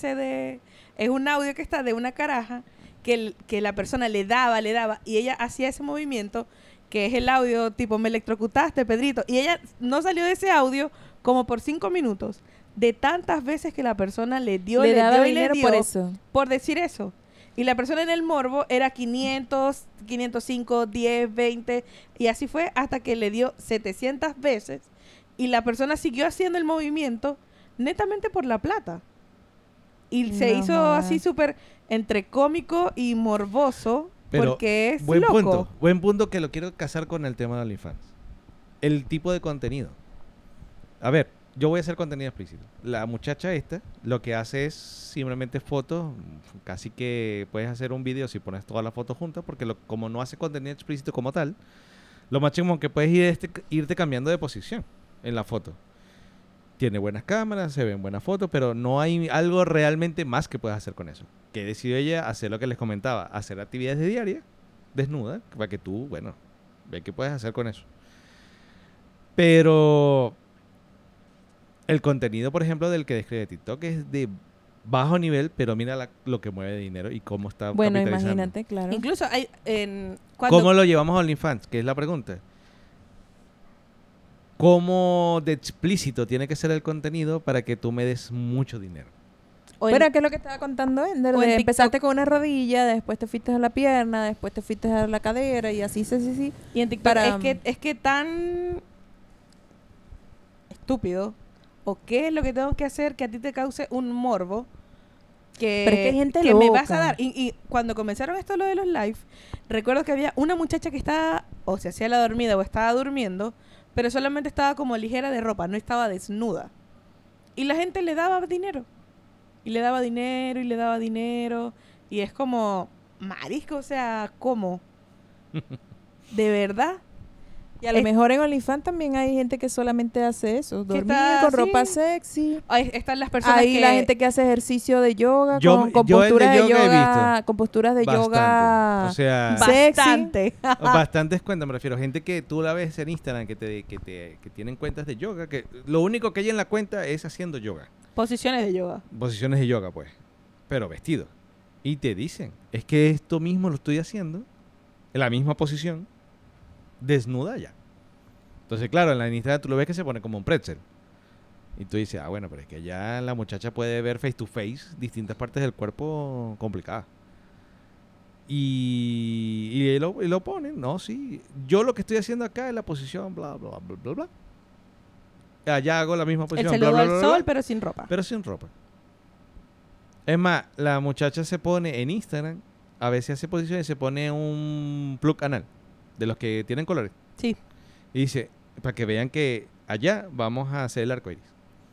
es un audio que está de una caraja que la persona le daba y ella hacía ese movimiento que es el audio tipo me electrocutaste, Pedrito. Y ella no salió de ese audio como por 5 minutos de tantas veces que la persona le dio dinero dio por eso. por decir eso. Y la persona en el morbo era 500, 505, 10, 20 y así fue hasta que le dio 700 veces y la persona siguió haciendo el movimiento netamente por la plata. Y se No hizo jodas. así súper entre cómico y morboso Pero porque es buen loco. buen punto que lo quiero casar con el tema de OnlyFans. El tipo de contenido. A ver, yo voy a hacer contenido explícito. La muchacha esta lo que hace es simplemente fotos, casi que puedes hacer un video si pones todas las fotos juntas, porque como no hace contenido explícito como tal, lo más chingón que puedes irte cambiando de posición en la foto. Tiene buenas cámaras, se ven buenas fotos, pero no hay algo realmente más que puedas hacer con eso. Que decidió ella hacer lo que les comentaba, hacer actividades de diaria, desnuda, para que tú, bueno, ve qué puedes hacer con eso. Pero el contenido, por ejemplo, del que describe TikTok es de bajo nivel, pero mira lo que mueve de dinero y cómo está Bueno, capitalizando. imagínate, claro. Incluso hay cuando ¿Cómo lo llevamos a OnlyFans? Que es la pregunta. ¿Cómo de explícito tiene que ser el contenido para que tú me des mucho dinero? o en- Pero ¿qué es lo que estaba contando Ender? o en De TikTok. empezaste con una rodilla, después te fuiste a la pierna, después te fuiste a la cadera y así, sí. y en TikTok para- es que tan estúpido o qué es lo que tengo que hacer que a ti te cause un morbo que, Pero es que hay gente que me vas a loca. dar. Y cuando comenzaron esto lo de los live, recuerdo que había una muchacha que estaba o se hacía la dormida o estaba durmiendo, pero solamente estaba como ligera de ropa, no estaba desnuda. Y la gente le daba dinero. Y le daba dinero, y le daba dinero. Y es como, marisco, o sea, ¿cómo? ¿De verdad? Y a lo Es- mejor en OnlyFans también hay gente que solamente hace eso, Que dormir está con así. ropa sexy. Ahí están las personas Ahí que... la gente que hace ejercicio de yoga, Yo con el de posturas de yoga he yoga, visto. con posturas de Bastante. yoga. O sea, Sexy. Bastante. bastantes cuentas, me refiero. Gente que tú la ves en Instagram que tienen cuentas de yoga, que lo único que hay en la cuenta es haciendo yoga. Posiciones de yoga. Posiciones de yoga, pues. Pero vestido. Y te dicen, es que esto mismo lo estoy haciendo, en la misma posición, desnuda ya. Entonces, claro, en la Instagram tú lo ves que se pone como un pretzel. Y tú dices, ah, bueno, pero es que ya la muchacha puede ver face to face distintas partes del cuerpo complicadas. Y lo ponen, no, sí. Yo lo que estoy haciendo acá es la posición, bla, bla, bla, bla, bla. Allá hago la misma El posición, bla, saludo bla, al bla, sol, bla, pero sin ropa. pero sin ropa. Es más, la muchacha se pone en Instagram, a veces hace posiciones y se pone un plug anal, de los que tienen colores. Sí. Y dice, para que vean que allá vamos a hacer el arco iris.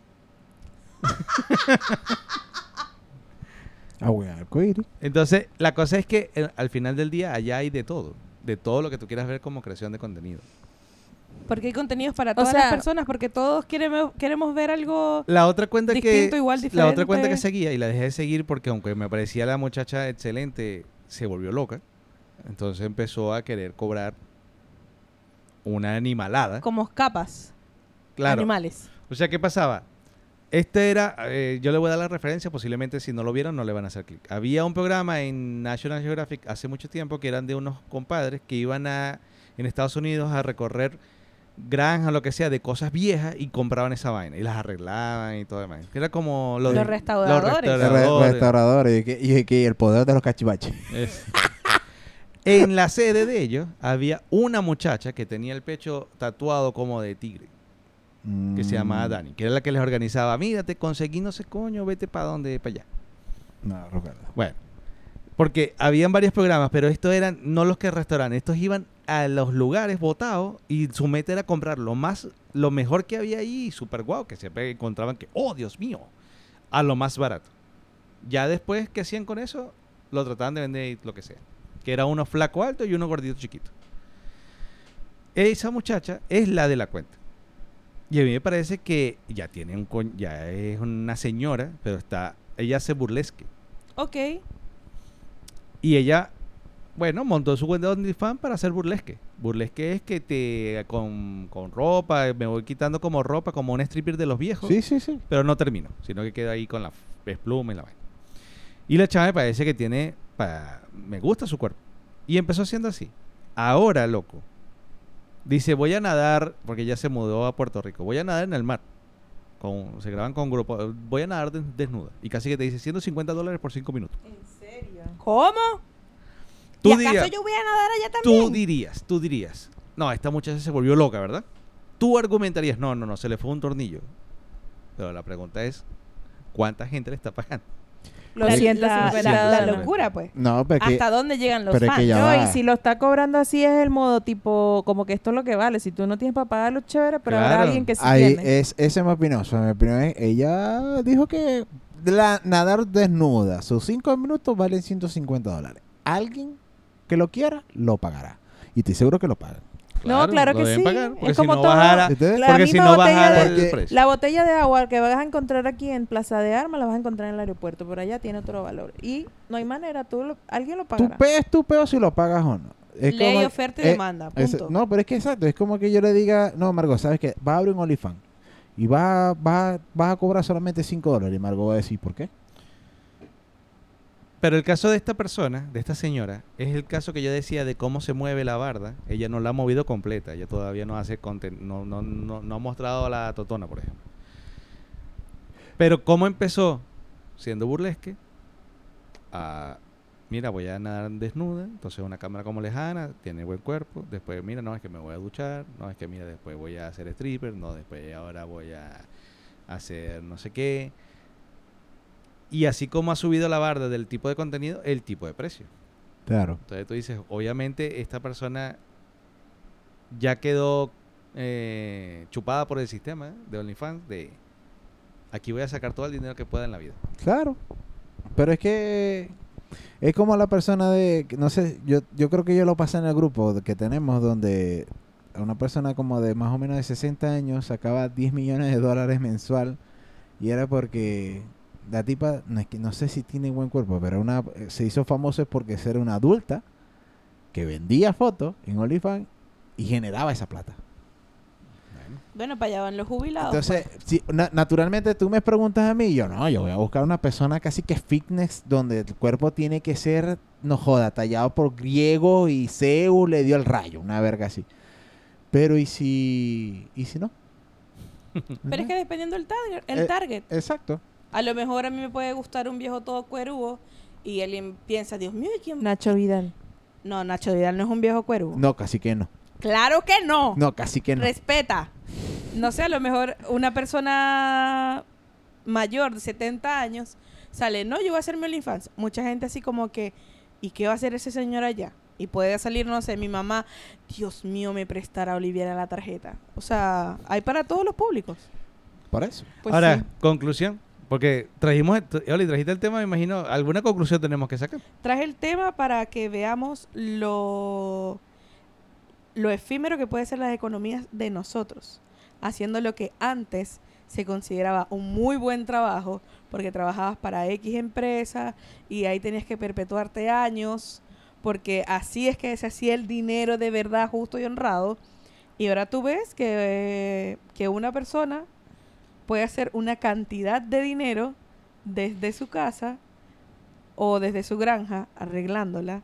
Ah, bueno, arcoíris. Entonces, la cosa es que al final del día allá hay de todo lo que tú quieras ver como creación de contenido. Porque hay contenidos para O todas sea- las personas, porque todos queremos ver algo... La otra cuenta Distinto, igual, la otra cuenta que diferente. seguía y la dejé de seguir porque aunque me parecía la muchacha excelente, se volvió loca. Entonces empezó a querer cobrar una animalada. como capas. Claro. Animales. O sea, ¿qué pasaba? Este era, yo le voy a dar la referencia, posiblemente si no lo vieron no le van a hacer clic. Había un programa en National Geographic hace mucho tiempo que eran de unos compadres que iban en Estados Unidos a recorrer granjas, lo que sea, de cosas viejas y compraban esa vaina y las arreglaban y todo demás. Era como lo Los de restauradores. Restauradores. Y el poder de los cachivaches. Es- En la sede de ellos había una muchacha que tenía el pecho tatuado como de tigre, que se llamaba Dani, que era la que les organizaba, mira, te conseguí no sé coño, vete para donde, para allá. No, Roberto. Bueno, porque habían varios programas, pero estos eran no los que restaurantes, estos iban a los lugares votados y su meta era comprar lo mejor que había ahí, super guau, que siempre encontraban que, oh Dios mío, a lo más barato. Ya después, ¿qué hacían con eso? Lo trataban de vender lo que sea. Que era uno flaco alto y uno gordito chiquito. Esa muchacha es la de la cuenta. Y a mí me parece que ya tiene ya es una señora, pero ella hace burlesque. Ok. Y ella, bueno, montó su cuenta de OnlyFans para hacer burlesque. Burlesque es que con ropa, me voy quitando como ropa, como un stripper de los viejos. Sí, sí, sí. Pero no termino, sino que queda ahí con la pluma y la vaina. Y la chava me parece que me gusta su cuerpo. Y empezó siendo así. Ahora, loco, dice, voy a nadar, porque ya se mudó a Puerto Rico, voy a nadar en el mar. Se graban con grupo, voy a nadar desnuda. Y casi que te dice $150 por 5 minutos. ¿En serio? ¿Cómo? Tú ¿Y acaso dirías, yo voy a nadar allá también? tú dirías, no, esta muchacha se volvió loca, ¿verdad? Tú argumentarías, no, se le fue un tornillo. Pero la pregunta es, ¿cuánta gente le está pagando? Los La- 150 la dólares. locura, pues. No, pero que... ¿Hasta dónde llegan los pero es fans? que ya No, va. y si lo está cobrando así es el modo tipo, como que esto es lo que vale. Si tú no tienes para pagarlo, chévere, pero habrá Claro. alguien que sí Ahí tiene. esa es mi opinión. O sea, mi opinión es, ella dijo que nadar desnuda, sus 5 minutos valen $150. Alguien que lo quiera, lo pagará. Y estoy seguro que lo pagan. No, claro lo que deben sí. pagar, porque Es si como no todo. bajara, Entonces, La porque si misma no botella bajara de- el precio. La botella de agua que vas a encontrar aquí en Plaza de Armas la vas a encontrar en el aeropuerto, pero allá tiene otro valor. Y no hay manera, alguien lo tu pagará. peo es tu peo si lo pagas o no. Es Ley, como- oferta y eh, demanda, punto. no, pero es que exacto. Es como que yo le diga, no, Margot, ¿sabes qué? Vas a abrir un OnlyFans y vas a cobrar solamente $5. Y Margot va a decir, ¿por qué? Pero el caso de esta persona, de esta señora, es el caso que yo decía de cómo se mueve la barda. Ella no la ha movido completa. Ella todavía no hace no ha mostrado la totona, por ejemplo. Pero cómo empezó siendo burlesque. Mira, voy a nadar desnuda. Entonces una cámara como lejana, tiene buen cuerpo. Después, mira, no, es que me voy a duchar. No, es que mira, después voy a hacer stripper. No, después ahora voy a hacer no sé qué. Y así como ha subido la barda del tipo de contenido, el tipo de precio. Claro. Entonces tú dices, obviamente esta persona ya quedó chupada por el sistema de OnlyFans de aquí voy a sacar todo el dinero que pueda en la vida. Claro. Pero es que es como la persona de, no sé, yo creo que yo lo pasé en el grupo que tenemos donde una persona como de más o menos de 60 años sacaba $10 millones mensual y era porque la tipa, no, es que, no sé si tiene buen cuerpo, pero se hizo famosa porque era una adulta que vendía fotos en OnlyFans y generaba esa plata. Bueno, para allá van los jubilados. Entonces, si, naturalmente tú me preguntas a mí, yo voy a buscar una persona casi que fitness, donde el cuerpo tiene que ser, no joda, tallado por griego y Zeus le dio el rayo, una verga así. Pero ¿y si no? Pero es que dependiendo del target. Exacto. A lo mejor a mí me puede gustar un viejo todo cuerudo y alguien piensa, Dios mío, ¿quién? Nacho Vidal. No, Nacho Vidal no es un viejo cuerudo. No, casi que no. ¡Claro que no! No, casi que no. Respeta. No sé, a lo mejor una persona mayor de 70 años sale, no, yo voy a hacer mi OnlyFans. Mucha gente así como que, ¿y qué va a hacer ese señor allá? Y puede salir, no sé, mi mamá, Dios mío, me prestará a Oliviera la tarjeta. O sea, hay para todos los públicos. Por eso. Pues Ahora, sí. conclusión. Porque Oli, trajiste el tema, me imagino, alguna conclusión tenemos que sacar. Traje el tema para que veamos lo efímero que puede ser las economías de nosotros, haciendo lo que antes se consideraba un muy buen trabajo, porque trabajabas para X empresa y ahí tenías que perpetuarte años, porque así es que se hacía el dinero de verdad justo y honrado. Y ahora tú ves que una persona puede hacer una cantidad de dinero desde su casa o desde su granja arreglándola.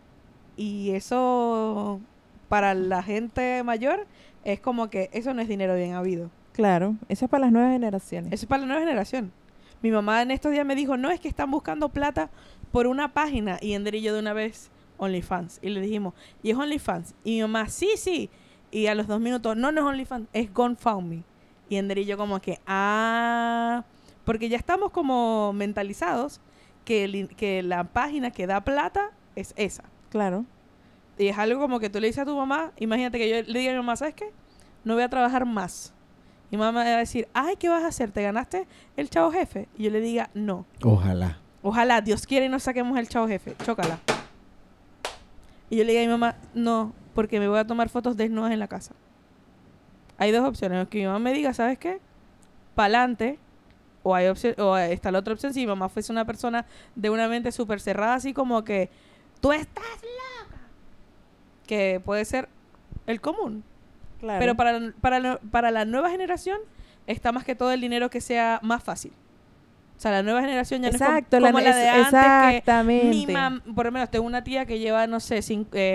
Y eso, para la gente mayor, es como que eso no es dinero bien habido. Claro, eso es para las nuevas generaciones. Eso es para la nueva generación. Mi mamá en estos días me dijo, no, es que están buscando plata por una página. Y Ender y yo de una vez, OnlyFans. Y le dijimos, ¿y es OnlyFans? Y mi mamá, sí. Y a los 2 minutos, no es OnlyFans, es GoFundMe. Y Ender y yo como que, porque ya estamos como mentalizados que la página que da plata es esa. Claro. Y es algo como que tú le dices a tu mamá, imagínate que yo le diga a mi mamá, ¿sabes qué? No voy a trabajar más. Y mamá me va a decir, ay, ¿qué vas a hacer? ¿Te ganaste el Chavo Jefe? Y yo le diga, no. Ojalá. Ojalá, Dios quiere y nos saquemos el Chavo Jefe. Chócala. Y yo le diga a mi mamá, no, porque me voy a tomar fotos desnudas en la casa. Hay 2 opciones. O que mi mamá me diga, ¿sabes qué? Pa'lante. O está la otra opción, si mi mamá fuese una persona de una mente súper cerrada, así como que, tú estás loca. Que puede ser el común. Claro. Pero para la nueva generación está más que todo el dinero que sea más fácil. O sea, la nueva generación ya Exacto, no es como la de antes. exactamente. Que por lo menos tengo una tía que lleva, no sé,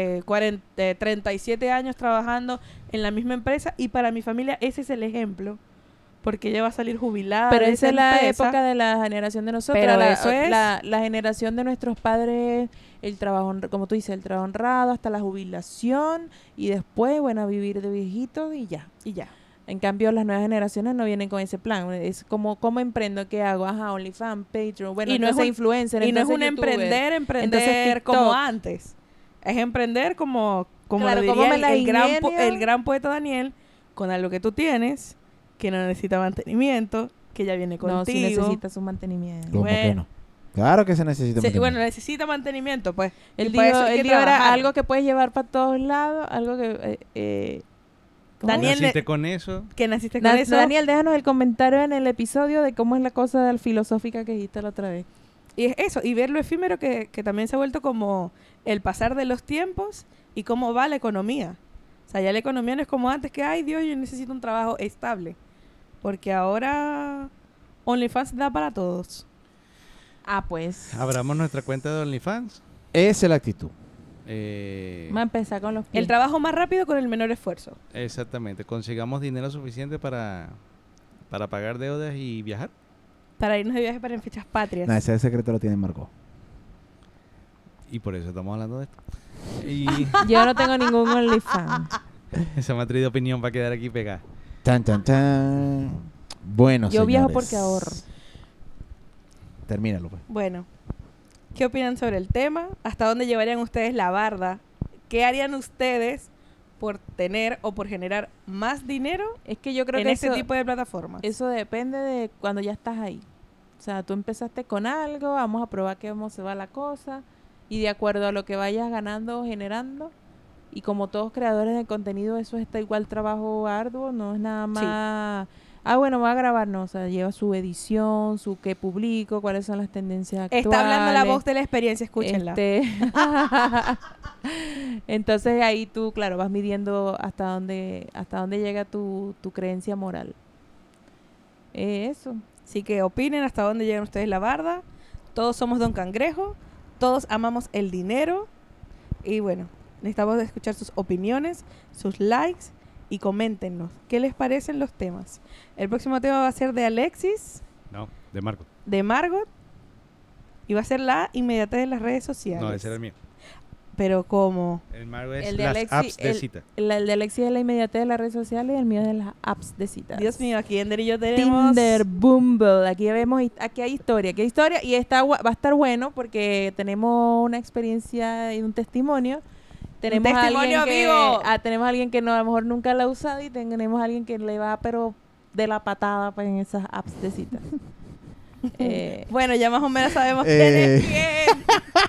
37 años trabajando en la misma empresa y para mi familia ese es el ejemplo. Porque ella va a salir jubilada. Pero de esa es la empresa. época de la generación de nosotros. Pero la, eso es- la generación de nuestros padres, el trabajo, como tú dices, el trabajo honrado hasta la jubilación y después, bueno, a vivir de viejitos y ya. Y ya. En cambio, las nuevas generaciones no vienen con ese plan. Es como, ¿cómo emprendo? ¿Qué hago? Ajá, OnlyFans, Patreon, bueno, Y no es entonces un- influencer, Y no es entonces un youtuber. emprender entonces como TikTok. antes. Es emprender como Claro, lo ¿cómo diría me la ingenio? el gran poeta Daniel, con algo que tú tienes, que no necesita mantenimiento, que ya viene contigo. No, sí necesita su mantenimiento. ¿Cómo que Bueno. no? Claro que se necesita. Bueno, necesita mantenimiento, pues. Él Y para dijo, eso hay que él dijo, era trabajar. algo que puedes llevar para todos lados, algo que... ¿cómo Daniel, es? ¿Naciste con eso? Que naciste con eso. Daniel, déjanos el comentario en el episodio de cómo es la cosa del filosófica que dijiste la otra vez. Y es eso, y ver lo efímero que también se ha vuelto como el pasar de los tiempos y cómo va la economía. O sea, ya la economía no es como antes que, ay Dios, yo necesito un trabajo estable. Porque ahora OnlyFans da para todos. Ah, pues. Abramos nuestra cuenta de OnlyFans. Esa es la actitud. Vamos a empezar con los pies. El trabajo más rápido con el menor esfuerzo. Exactamente. Consigamos dinero suficiente para pagar deudas y viajar. Para irnos de viaje para en fechas patrias. No, ese secreto lo tiene Margot. Y por eso estamos hablando de esto. Y Yo no tengo ningún OnlyFans. esa matriz de opinión va a quedar aquí pegada. Tan, tan, tan. Bueno, Yo viajo señores. porque ahorro. Termínalo, pues. Bueno, ¿qué opinan sobre el tema? ¿Hasta dónde llevarían ustedes la barda? ¿Qué harían ustedes por tener o por generar más dinero Es que yo creo en que este eso, tipo de plataformas. eso depende de cuando ya estás ahí. O sea, tú empezaste con algo, vamos a probar cómo se va la cosa, y de acuerdo a lo que vayas ganando o generando, y como todos creadores de contenido, eso está igual trabajo arduo, no es nada más, bueno, voy a grabar, no, o sea, lleva su edición, su qué publico, cuáles son las tendencias actuales. Está hablando la voz de la experiencia, escúchenla. Entonces ahí tú, claro, vas midiendo hasta dónde llega tu creencia moral. Eso. Así que opinen hasta dónde llegan ustedes la barda. Todos somos Don Cangrejo. Todos amamos el dinero. Y bueno, necesitamos escuchar sus opiniones, sus likes y coméntenos qué les parecen los temas. El próximo tema va a ser de Alexis, No, de Marco. de Margot, y va a ser la inmediatez de las redes sociales. No, ese era el mío. Pero ¿cómo? El Marco es El de las Alexi- apps de cita. El de Alexis es la inmediatez de las redes sociales y el mío es de las apps de citas. Dios mío, aquí Ender y yo tenemos... Tinder, Bumble, aquí aquí hay historia, y va a estar bueno porque tenemos una experiencia y un testimonio. Tenemos testimonio a alguien vivo. tenemos a alguien que no, a lo mejor nunca la ha usado y tenemos a alguien que le va pero de la patada pues, en esas apps de citas. Bueno, ya más o menos sabemos quién Eh. es quién.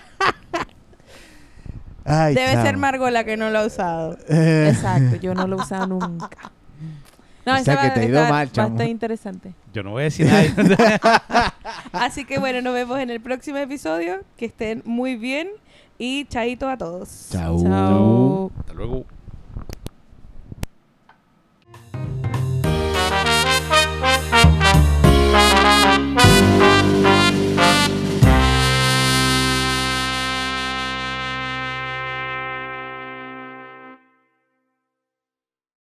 Ay, Debe chamo. ser Margot la que no lo ha usado. Exacto, yo no lo he usado nunca. No, O sea, que te ha ido mal, va a chamo. estar interesante. Yo no voy a decir nada. Así que bueno, nos vemos en el próximo episodio. Que estén muy bien y chaito a todos. Chau. Chao. Hasta luego.